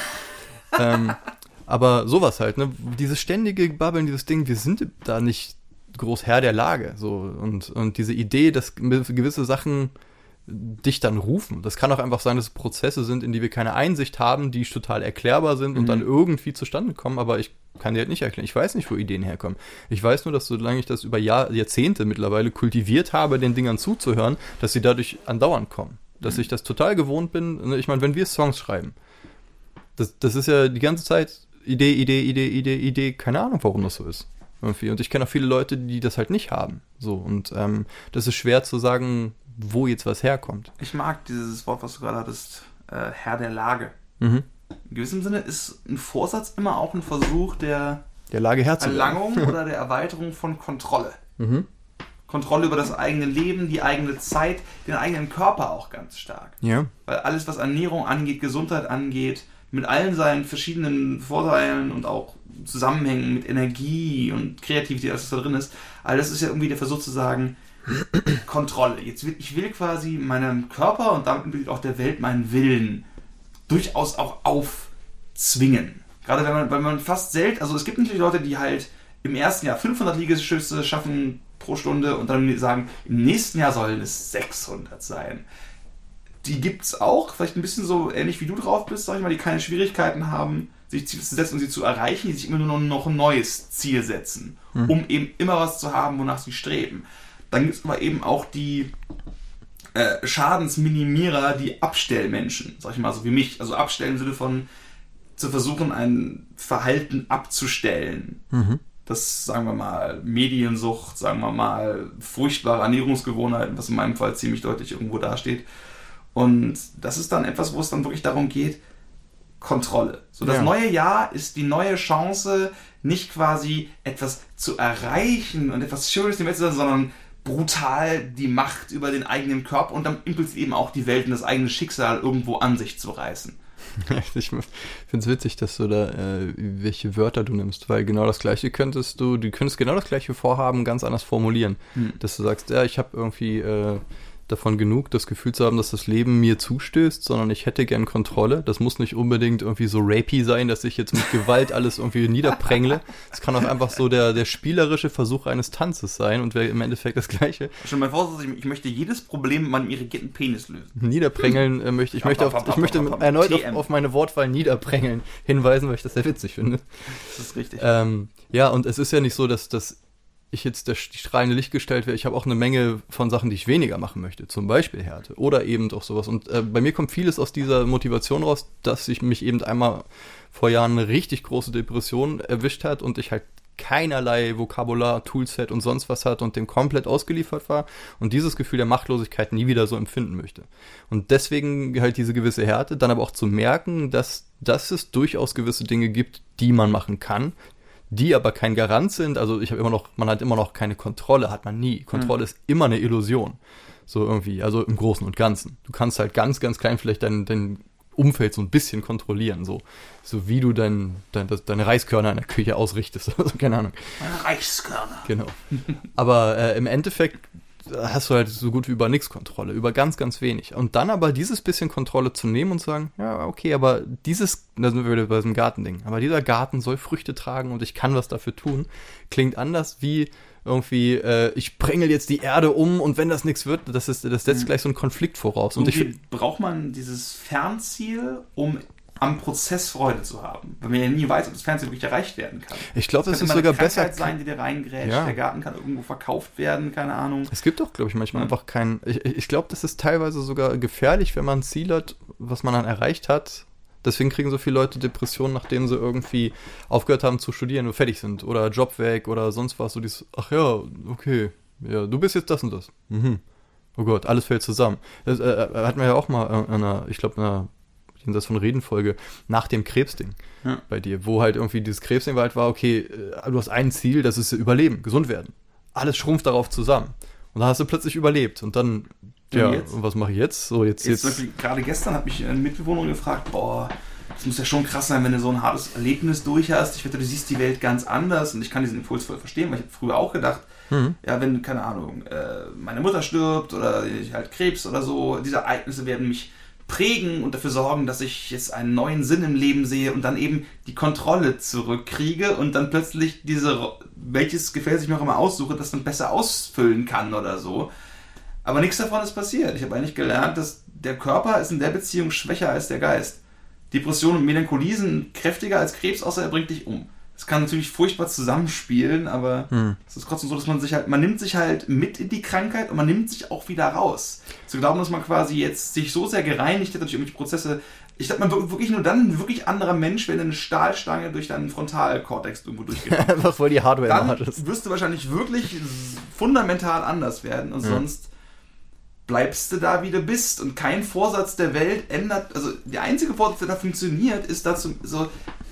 ähm, aber sowas halt, ne? Dieses ständige Babbeln, dieses Ding, wir sind da nicht groß Herr der Lage, so, und, und diese Idee, dass gewisse Sachen dich dann rufen. Das kann auch einfach sein, dass es Prozesse sind, in die wir keine Einsicht haben, die total erklärbar sind und mhm. dann irgendwie zustande kommen, aber ich kann dir halt nicht erklären. Ich weiß nicht, wo Ideen herkommen. Ich weiß nur, dass solange ich das über Jahr, Jahrzehnte mittlerweile kultiviert habe, den Dingern zuzuhören, dass sie dadurch andauernd kommen. Dass mhm. ich das total gewohnt bin. Ich meine, wenn wir Songs schreiben, das, das ist ja die ganze Zeit Idee, Idee, Idee, Idee, Idee, keine Ahnung, warum das so ist. Irgendwie. Und ich kenne auch viele Leute, die das halt nicht haben. So, und ähm, das ist schwer zu sagen, wo jetzt was herkommt. Ich mag dieses Wort, was du gerade hattest, äh, Herr der Lage. Mhm. In gewissem Sinne ist ein Vorsatz immer auch ein Versuch der, der Lage Herr zu werden. Erlangung oder der Erweiterung von Kontrolle. Mhm. Kontrolle über das eigene Leben, die eigene Zeit, den eigenen Körper auch ganz stark. Ja. Weil alles, was Ernährung angeht, Gesundheit angeht, mit allen seinen verschiedenen Vorteilen und auch Zusammenhängen mit Energie und Kreativität, alles was da drin ist, all das ist ja irgendwie der Versuch zu sagen, Kontrolle. Jetzt will, ich will quasi meinem Körper und damit auch der Welt meinen Willen durchaus auch aufzwingen. Gerade wenn man, weil man fast selten, also es gibt natürlich Leute, die halt im ersten Jahr fünfhundert Liegestütze schaffen pro Stunde und dann sagen, im nächsten Jahr sollen es sechshundert sein. Die gibt's auch, vielleicht ein bisschen so ähnlich wie du drauf bist, sag ich mal, die keine Schwierigkeiten haben, sich Ziele zu setzen und sie zu erreichen, die sich immer nur noch ein neues Ziel setzen, mhm. um eben immer was zu haben, wonach sie streben. Dann gibt es aber eben auch die äh, Schadensminimierer, die Abstellmenschen, sag ich mal, so wie mich. Also abstellen im Sinne von zu versuchen, ein Verhalten abzustellen. Mhm. Das, sagen wir mal, Mediensucht, sagen wir mal, furchtbare Ernährungsgewohnheiten, was in meinem Fall ziemlich deutlich irgendwo dasteht. Und das ist dann etwas, wo es dann wirklich darum geht, Kontrolle. So, das ja. neue Jahr ist die neue Chance, nicht quasi etwas zu erreichen und etwas Schönes in der Welt zu sein, sondern brutal die Macht über den eigenen Körper und dann implizit eben auch die Welt und das eigene Schicksal irgendwo an sich zu reißen. Ich finde es witzig, dass du da, äh, welche Wörter du nimmst, weil genau das Gleiche könntest du, du könntest genau das gleiche Vorhaben ganz anders formulieren. Hm. Dass du sagst, ja, ich habe irgendwie äh, davon genug, das Gefühl zu haben, dass das Leben mir zustößt, sondern ich hätte gern Kontrolle. Das muss nicht unbedingt irgendwie so rapey sein, dass ich jetzt mit Gewalt alles irgendwie niederprängle. Es kann auch einfach so der, der spielerische Versuch eines Tanzes sein und wäre im Endeffekt das Gleiche. Schon mal vor, ich möchte jedes Problem mit meinem irrigierten Penis lösen. Niederprängeln äh, möchte ich, möchte auf, ich möchte erneut auf, auf meine Wortwahl niederprängeln hinweisen, weil ich das sehr witzig finde. Das ist richtig. Ähm, ja, und es ist ja nicht so, dass das ich jetzt der, die strahlende Lichtgestalt wäre, ich habe auch eine Menge von Sachen, die ich weniger machen möchte. Zum Beispiel Härte oder eben auch sowas. Und äh, bei mir kommt vieles aus dieser Motivation raus, dass ich mich eben einmal vor Jahren eine richtig große Depression erwischt hat und ich halt keinerlei Vokabular, Toolset und sonst was hat und dem komplett ausgeliefert war und dieses Gefühl der Machtlosigkeit nie wieder so empfinden möchte. Und deswegen halt diese gewisse Härte, dann aber auch zu merken, dass, dass es durchaus gewisse Dinge gibt, die man machen kann, die aber kein Garant sind. Also ich habe immer noch, man hat immer noch keine Kontrolle, hat man nie. Kontrolle mhm. ist immer eine Illusion. So irgendwie, also im Großen und Ganzen. Du kannst halt ganz, ganz klein vielleicht dein, dein Umfeld so ein bisschen kontrollieren, so, so wie du dein, dein, das, deine Reiskörner in der Küche ausrichtest, also keine Ahnung. Meine Reiskörner. Genau. Aber äh, im Endeffekt hast du halt so gut wie über nichts Kontrolle, über ganz, ganz wenig. Und dann aber dieses bisschen Kontrolle zu nehmen und sagen, ja, okay, aber dieses, da sind wir wieder bei diesem Gartending, aber dieser Garten soll Früchte tragen und ich kann was dafür tun, klingt anders wie irgendwie, äh, ich sprengel jetzt die Erde um und wenn das nichts wird, das ist, das setzt mhm. gleich so einen Konflikt voraus. Und irgendwie ich braucht man dieses Fernziel, um am Prozess Freude zu haben. Weil man ja nie weiß, ob das Fernziel wirklich erreicht werden kann. Ich glaube, das, das ist sogar besser. Es kann sein, die dir reingrätscht. Ja. Der Garten kann irgendwo verkauft werden, keine Ahnung. Es gibt doch, glaube ich, manchmal ja. einfach keinen. Ich, ich glaube, das ist teilweise sogar gefährlich, wenn man ein Ziel hat, was man dann erreicht hat. Deswegen kriegen so viele Leute Depressionen, nachdem sie irgendwie aufgehört haben zu studieren und fertig sind. Oder Job weg oder sonst was. So dieses, ach ja, okay, ja, du bist jetzt das und das. Mhm. Oh Gott, alles fällt zusammen. Das äh, hatten wir ja auch mal in einer, ich glaube, in einer jenseits von Redenfolge, nach dem Krebsding ja. bei dir, wo halt irgendwie dieses Krebsding halt war, okay, du hast ein Ziel, das ist Überleben, gesund werden. Alles schrumpft darauf zusammen. Und dann hast du plötzlich überlebt. Und dann, ja, und was mache ich jetzt? So, jetzt, jetzt, jetzt wirklich, gerade gestern hat mich eine Mitbewohnerin gefragt, boah, das muss ja schon krass sein, wenn du so ein hartes Erlebnis durch hast. Ich wette, du siehst die Welt ganz anders und ich kann diesen Impuls voll verstehen, weil ich habe früher auch gedacht, mhm. ja, wenn, keine Ahnung, äh, meine Mutter stirbt oder ich halt Krebs oder so, diese Ereignisse werden mich prägen und dafür sorgen, dass ich jetzt einen neuen Sinn im Leben sehe und dann eben die Kontrolle zurückkriege und dann plötzlich diese, welches Gefäß ich mir auch immer aussuche, das dann besser ausfüllen kann oder so. Aber nichts davon ist passiert. Ich habe eigentlich gelernt, dass der Körper ist in der Beziehung schwächer als der Geist. Depression und Melancholie sind kräftiger als Krebs, außer er bringt dich um. Das kann natürlich furchtbar zusammenspielen, aber hm. es ist trotzdem so, dass man sich halt, man nimmt sich halt mit in die Krankheit und man nimmt sich auch wieder raus. Zu glauben, dass man quasi jetzt sich so sehr gereinigt hat durch irgendwelche Prozesse, ich glaube, man wird wirklich nur dann ein wirklich anderer Mensch, wenn eine Stahlstange durch deinen Frontalkortex irgendwo durchgeht. Was wohl die Hardware dann hattest. Wirst du wahrscheinlich wirklich fundamental anders werden und ja. sonst bleibst du da, wie du bist und kein Vorsatz der Welt ändert, also der einzige Vorsatz, der da funktioniert, ist dazu so.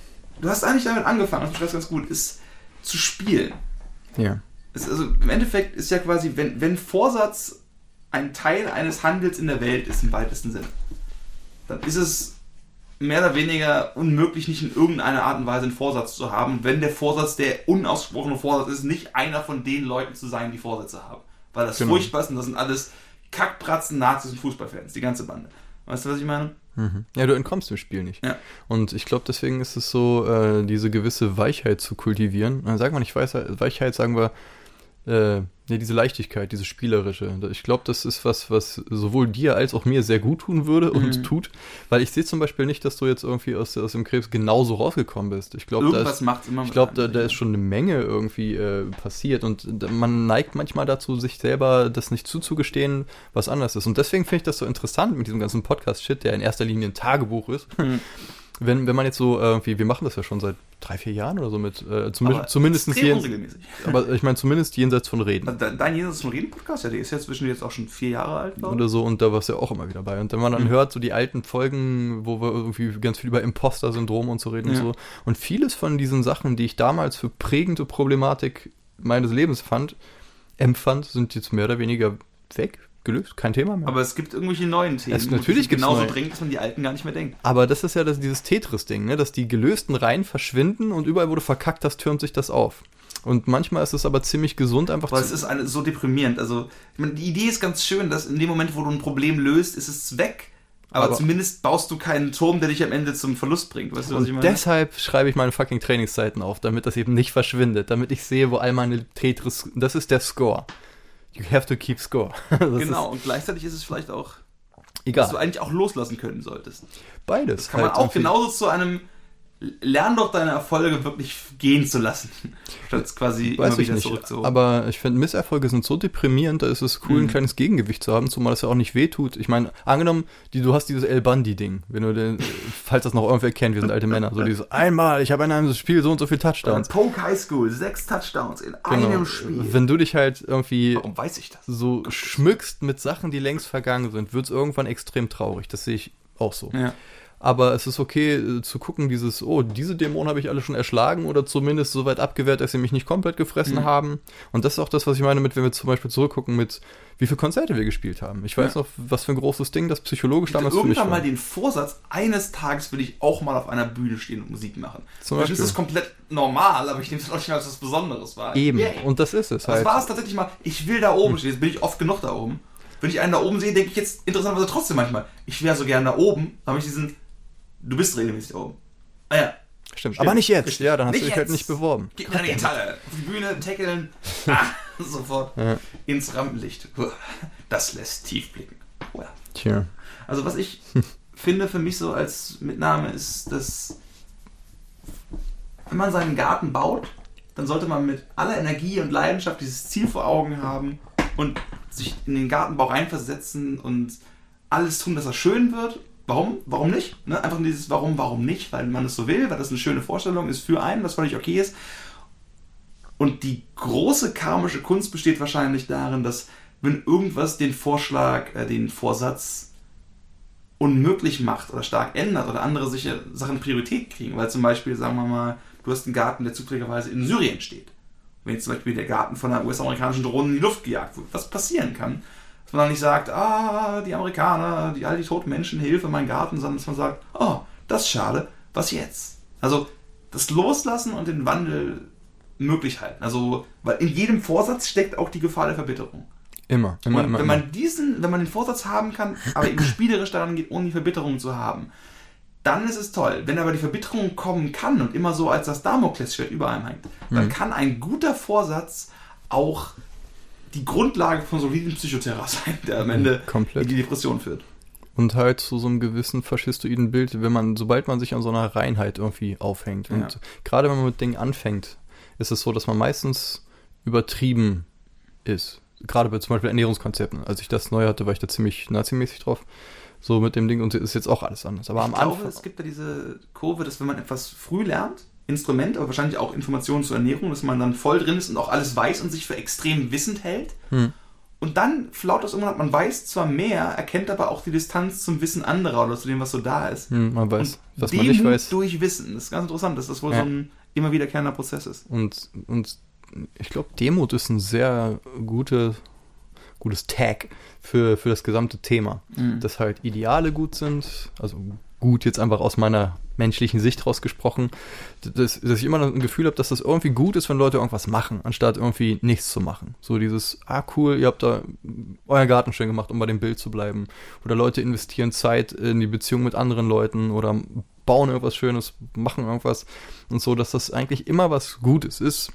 Du hast eigentlich damit angefangen, das beschreibst ganz gut, ist zu spielen. Ja. Es, also im Endeffekt ist ja quasi, wenn, wenn Vorsatz ein Teil eines Handels in der Welt ist, im weitesten Sinne, dann ist es mehr oder weniger unmöglich, nicht in irgendeiner Art und Weise einen Vorsatz zu haben, wenn der Vorsatz der unausgesprochene Vorsatz ist, nicht einer von den Leuten zu sein, die Vorsätze haben. Weil das genau. furchtbar ist und das sind alles Kackbratzen, Nazis und Fußballfans, die ganze Bande. Weißt du, was ich meine? Ja, du entkommst dem Spiel nicht. Ja. Und ich glaube, deswegen ist es so, äh, diese gewisse Weichheit zu kultivieren. Äh, sagen wir nicht Weisheit, Weichheit, sagen wir, äh, nee, diese Leichtigkeit, diese spielerische. Ich glaube, das ist was, was sowohl dir als auch mir sehr gut tun würde und mhm. tut. Weil ich sehe zum Beispiel nicht, dass du jetzt irgendwie aus, aus dem Krebs genauso rausgekommen bist. Ich glaube, da ist, ich glaube, da, da ist schon eine Menge irgendwie äh, passiert. Und man neigt manchmal dazu, sich selber das nicht zuzugestehen, was anders ist. Und deswegen finde ich das so interessant mit diesem ganzen Podcast-Shit, der in erster Linie ein Tagebuch ist. Mhm. Wenn, wenn man jetzt so irgendwie, wir machen das ja schon seit drei, vier Jahren oder so mit, äh, zumindest, zumindest jen- aber ich meine zumindest jenseits von Reden. Also dein Jenseits von Reden Podcast, ja, der ist ja zwischen jetzt auch schon vier Jahre alt, glaube ich. Oder so, und da warst du ja auch immer wieder bei. Und wenn man dann mhm. hört, so die alten Folgen, wo wir irgendwie ganz viel über Imposter-Syndrom und so reden ja. und so. Und vieles von diesen Sachen, die ich damals für prägende Problematik meines Lebens fand, empfand, sind jetzt mehr oder weniger weg. Gelöst, kein Thema mehr. Aber es gibt irgendwelche neuen Themen. Es, natürlich gibt es genauso dringend, dass man die alten gar nicht mehr denkt. Aber das ist ja das, dieses Tetris-Ding, ne? Dass die gelösten Reihen verschwinden und überall, wo du verkackt hast, türmt sich das auf. Und manchmal ist es aber ziemlich gesund, einfach aber zu... Aber es ist eine, so deprimierend. Also, ich meine, die Idee ist ganz schön, dass in dem Moment, wo du ein Problem löst, ist es weg. Aber, aber zumindest baust du keinen Turm, der dich am Ende zum Verlust bringt. Weißt du, was und ich meine? Deshalb schreibe ich meine fucking Trainingszeiten auf, damit das eben nicht verschwindet. Damit ich sehe, wo all meine Tetris... Das ist der Score. You have to keep score. Genau, und gleichzeitig ist es vielleicht auch, egal. dass du eigentlich auch loslassen können solltest. Beides. Das kann man halt auch genauso zu einem lern doch deine Erfolge wirklich gehen zu lassen, statt quasi Weiß immer wieder ich zurück nicht, zu. aber ich finde, Misserfolge sind so deprimierend, da ist es cool, Mhm. ein kleines Gegengewicht zu haben, zumal das ja auch nicht wehtut. Ich meine, angenommen, die, du hast dieses El Bundy-Ding, wenn du den, falls das noch irgendwer kennt, wir sind alte Männer, so dieses, einmal, ich habe in einem Spiel so und so viele Touchdowns. Polk High School, sechs Touchdowns in Genau. einem Spiel. Wenn du dich halt irgendwie Warum weiß ich das? so schmückst mit Sachen, die längst vergangen sind, wird es irgendwann extrem traurig. Das sehe ich auch so. Ja. Aber es ist okay äh, zu gucken, dieses, oh, diese Dämonen habe ich alle schon erschlagen oder zumindest so weit abgewehrt, dass sie mich nicht komplett gefressen Mhm. haben. Und das ist auch das, was ich meine mit, wenn wir zum Beispiel zurückgucken mit, wie viele Konzerte wir gespielt haben. Ich weiß Ja. noch, was für ein großes Ding das psychologisch Ich hatte damals für mich irgendwann war. mal den Vorsatz, eines Tages will ich auch mal auf einer Bühne stehen und Musik machen. Zum Vielleicht Beispiel. ist das komplett normal, aber ich nehme es auch nicht mehr als was Besonderes wahr. Eben, Yeah. und das ist es Das halt. war es tatsächlich mal, ich will da oben stehen, jetzt bin ich oft genug da oben. Wenn ich einen da oben sehe, denke ich jetzt interessanterweise trotzdem manchmal, ich wäre so gerne da oben, habe ich diesen, du bist regelmäßig da oben. Ah ja, Stimmt. Stimmt. Aber nicht jetzt. Richtig. Ja, dann hast Nicht du dich halt jetzt. nicht beworben. gib mir eine Gitarre, auf die Bühne, tackeln, ah, sofort Ja. ins Rampenlicht. Das lässt tief blicken. Oh ja. Tja. Also was ich finde für mich so als Mitnahme ist, dass wenn man seinen Garten baut, dann sollte man mit aller Energie und Leidenschaft dieses Ziel vor Augen haben und sich in den Gartenbau reinversetzen und alles tun, dass er schön wird. Warum? Warum nicht? Ne? Einfach dieses Warum, warum nicht? Weil man es so will, weil das eine schöne Vorstellung ist für einen, was völlig okay ist. Und die große karmische Kunst besteht wahrscheinlich darin, dass wenn irgendwas den Vorschlag, äh, den Vorsatz unmöglich macht oder stark ändert oder andere sicher Sachen Priorität kriegen, weil zum Beispiel, sagen wir mal, du hast einen Garten, der zufälligerweise in Syrien steht. Wenn jetzt zum Beispiel der Garten von einer U S-amerikanischen Drohne in die Luft gejagt wird, was passieren kann, dass man dann nicht sagt, ah, die Amerikaner, die all die toten Menschen, Hilfe, mein Garten, sondern dass man sagt, oh, das ist schade, was jetzt? Also das Loslassen und den Wandel möglich halten. Also, weil in jedem Vorsatz steckt auch die Gefahr der Verbitterung. Immer, immer, Und immer. wenn immer. man diesen, wenn man den Vorsatz haben kann, aber eben spielerisch daran geht, ohne die Verbitterung zu haben, dann ist es toll. Wenn aber die Verbitterung kommen kann und immer so als das Damoklesschwert über einem hängt, dann Mhm. kann ein guter Vorsatz auch die Grundlage von soliden Psychoterror sein, der am Ende Komplett. in die Depression führt. Und halt zu so einem gewissen faschistoiden Bild, wenn man, sobald man sich an so einer Reinheit irgendwie aufhängt. Und Ja. gerade wenn man mit Dingen anfängt, ist es so, dass man meistens übertrieben ist. Gerade bei zum Beispiel Ernährungskonzepten. Als ich das neu hatte, war ich da ziemlich nazimäßig drauf. So mit dem Ding, und es ist jetzt auch alles anders. Aber am Ich glaube, Anfang. es gibt ja diese Kurve, dass wenn man etwas früh lernt, Instrument, aber wahrscheinlich auch Informationen zur Ernährung, dass man dann voll drin ist und auch alles weiß und sich für extrem wissend hält. Hm. Und dann flaut das irgendwann ab. Man weiß zwar mehr, erkennt aber auch die Distanz zum Wissen anderer oder zu dem, was so da ist. Hm, man weiß, Und was man nicht Demut weiß. durch Wissen. Das ist ganz interessant, dass das wohl Ja. so ein immer wiederkehrender Prozess ist. Und, und ich glaube, Demut ist ein sehr gute, gutes Tag für, für das gesamte Thema. Mhm. Dass halt Ideale gut sind, also gut jetzt einfach aus meiner menschlichen Sicht rausgesprochen, dass, dass ich immer ein Gefühl habe, dass das irgendwie gut ist, wenn Leute irgendwas machen, anstatt irgendwie nichts zu machen. So dieses, ah cool, ihr habt da euren Garten schön gemacht, um bei dem Bild zu bleiben. Oder Leute investieren Zeit in die Beziehung mit anderen Leuten oder bauen irgendwas Schönes, machen irgendwas und so, dass das eigentlich immer was Gutes ist.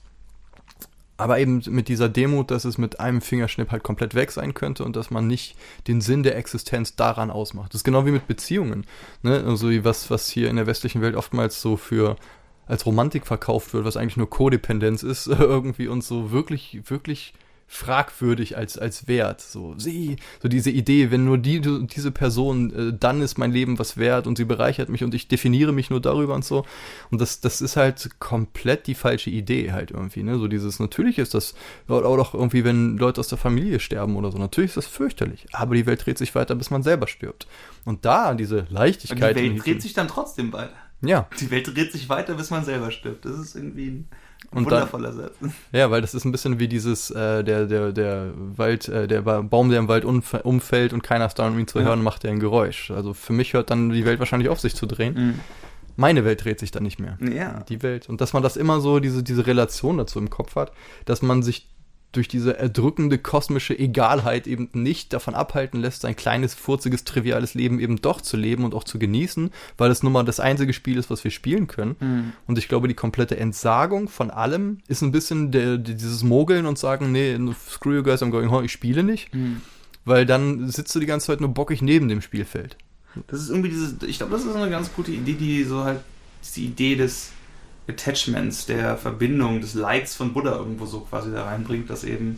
Aber eben mit dieser Demut, dass es mit einem Fingerschnipp halt komplett weg sein könnte und dass man nicht den Sinn der Existenz daran ausmacht. Das ist genau wie mit Beziehungen. Ne? Also wie was, was hier in der westlichen Welt oftmals so für als Romantik verkauft wird, was eigentlich nur Kodependenz ist irgendwie und so wirklich, wirklich fragwürdig als, als Wert. So, sie, so diese Idee, wenn nur die, diese Person, äh, dann ist mein Leben was wert und sie bereichert mich und ich definiere mich nur darüber und so. Und das, das ist halt komplett die falsche Idee halt irgendwie, ne? So dieses, natürlich ist das, oder auch irgendwie, wenn Leute aus der Familie sterben oder so, natürlich ist das fürchterlich. Aber die Welt dreht sich weiter, bis man selber stirbt. Und da diese Und Leichtigkeit. die Welt dreht sich dann trotzdem weiter. Ja. Die Welt dreht sich weiter, bis man selber stirbt. Das ist irgendwie ein Und wundervoller Satz. Ja, weil das ist ein bisschen wie dieses, äh, der, der, der Wald, äh, der ba- Baum, der im Wald umf- umfällt und keiner ist da, um ihn zu Ja. hören, macht der ein Geräusch. Also für mich hört dann die Welt wahrscheinlich auf, sich zu drehen. Mhm. Meine Welt dreht sich dann nicht mehr. Ja. Die Welt. Und dass man das immer so, diese, diese Relation dazu im Kopf hat, dass man sich durch diese erdrückende kosmische Egalheit eben nicht davon abhalten lässt, sein kleines, furziges, triviales Leben eben doch zu leben und auch zu genießen, weil es nun mal das einzige Spiel ist, was wir spielen können. Mhm. Und ich glaube, die komplette Entsagung von allem ist ein bisschen der, der, dieses Mogeln und sagen, nee, screw you guys, I'm going home, ich spiele nicht. Mhm. Weil dann sitzt du die ganze Zeit nur bockig neben dem Spielfeld. Das ist irgendwie dieses, ich glaube, das ist eine ganz gute Idee, die so halt diese Idee des Attachments, der Verbindung, des Leids von Buddha irgendwo so quasi da reinbringt, dass eben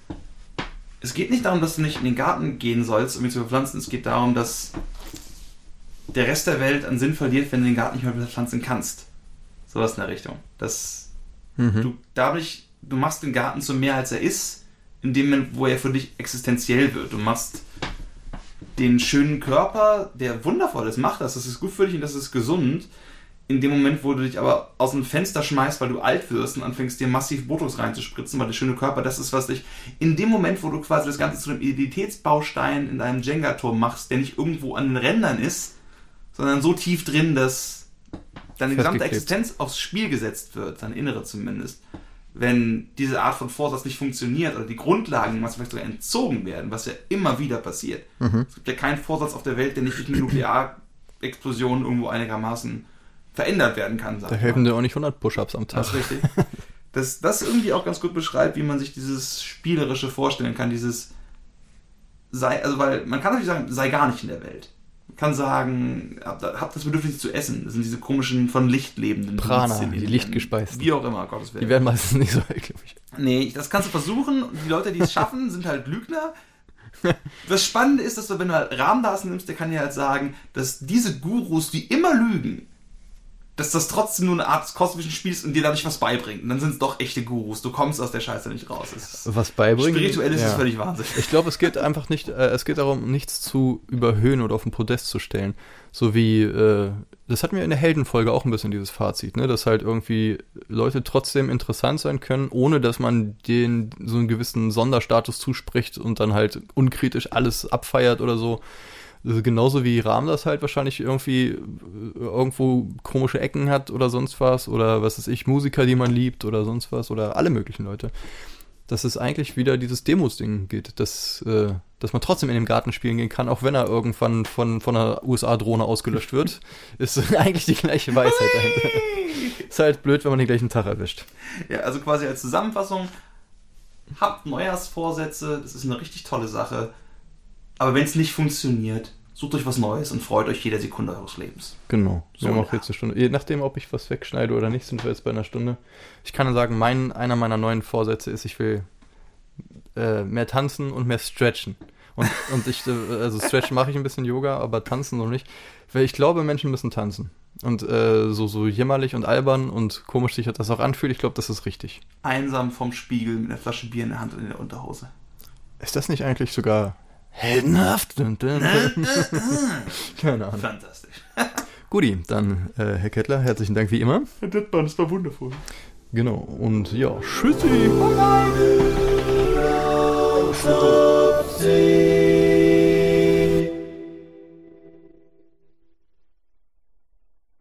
es geht nicht darum, dass du nicht in den Garten gehen sollst, um ihn zu bepflanzen, es geht darum, dass der Rest der Welt an Sinn verliert, wenn du den Garten nicht mehr bepflanzen kannst. Sowas in der Richtung. Dass mhm. du dadurch, du machst den Garten zu mehr als er ist, in dem Moment, wo er für dich existenziell wird. Du machst den schönen Körper, der wundervoll ist, mach das, das ist gut für dich und das ist gesund. In dem Moment, wo du dich aber aus dem Fenster schmeißt, weil du alt wirst und anfängst, dir massiv Botox reinzuspritzen, weil der schöne Körper, das ist, was dich... In dem Moment, wo du quasi das Ganze zu einem Identitätsbaustein in deinem Jenga-Turm machst, der nicht irgendwo an den Rändern ist, sondern so tief drin, dass deine gesamte Existenz aufs Spiel gesetzt wird, deine innere zumindest, wenn diese Art von Vorsatz nicht funktioniert oder die Grundlagen, was vielleicht sogar entzogen werden, was ja immer wieder passiert. Mhm. Es gibt ja keinen Vorsatz auf der Welt, der nicht durch eine Nuklearexplosion irgendwo einigermaßen verändert werden kann. Da helfen dir auch nicht hundert Push-Ups am Tag. Das ist richtig. Dass das irgendwie auch ganz gut beschreibt, wie man sich dieses Spielerische vorstellen kann, dieses sei, also weil man kann natürlich sagen, sei gar nicht in der Welt. Man kann sagen, hab, hab das Bedürfnis zu essen. Das sind diese komischen von Licht lebenden Prana, die Lichtgespeisten. Wie auch immer, Gottes Willen. Die werden meistens nicht so hell, glaube ich. Nee, das kannst du versuchen. Die Leute, die es schaffen, sind halt Lügner. Das Spannende ist, dass du, wenn du halt Ramdas nimmst, der kann dir halt sagen, dass diese Gurus, die immer lügen, dass das trotzdem nur eine Art des kosmischen Spiels und dir dadurch was beibringt. Und dann sind es doch echte Gurus. Du kommst aus der Scheiße nicht raus. Was beibringen? Spirituell ist ja. es völlig wahnsinnig. Ich glaube, es geht einfach nicht, äh, es geht darum, nichts zu überhöhen oder auf den Podest zu stellen. So wie, äh, das hatten wir in der Heldenfolge auch ein bisschen, dieses Fazit, ne? Dass halt irgendwie Leute trotzdem interessant sein können, ohne dass man denen so einen gewissen Sonderstatus zuspricht und dann halt unkritisch alles abfeiert oder so. Also genauso wie Rahm das halt wahrscheinlich irgendwie irgendwo komische Ecken hat oder sonst was oder was weiß ich, Musiker, die man liebt oder sonst was oder alle möglichen Leute. Dass es eigentlich wieder dieses Demos-Ding geht, dass, äh, dass man trotzdem in dem Garten spielen gehen kann, auch wenn er irgendwann von, von einer U S A-Drohne ausgelöscht wird, ist eigentlich die gleiche Weisheit dahinter. Ist halt blöd, wenn man den gleichen Tag erwischt. Ja, also quasi als Zusammenfassung, habt Neujahrsvorsätze, das ist eine richtig tolle Sache. Aber wenn es nicht funktioniert, sucht euch was Neues und freut euch jede Sekunde eures Lebens. Genau. So, wir haben auch jetzt eine Stunde. Je nachdem, ob ich was wegschneide oder nicht, sind wir jetzt bei einer Stunde. Ich kann sagen, mein, einer meiner neuen Vorsätze ist, ich will äh, mehr tanzen und mehr stretchen. Und, und ich, also stretchen mache ich ein bisschen Yoga, aber tanzen noch nicht. Weil ich glaube, Menschen müssen tanzen. Und äh, so, so jämmerlich und albern und komisch sich das auch anfühlt, ich glaube, das ist richtig. Einsam vom Spiegel mit einer Flasche Bier in der Hand und in der Unterhose. Ist das nicht eigentlich sogar heldenhaft? Keine Ahnung. Fantastisch. Guti, dann äh, Herr Kettler, herzlichen Dank wie immer. Herr Dittmann, das war wundervoll. Genau, und ja, tschüssi. Bye bye.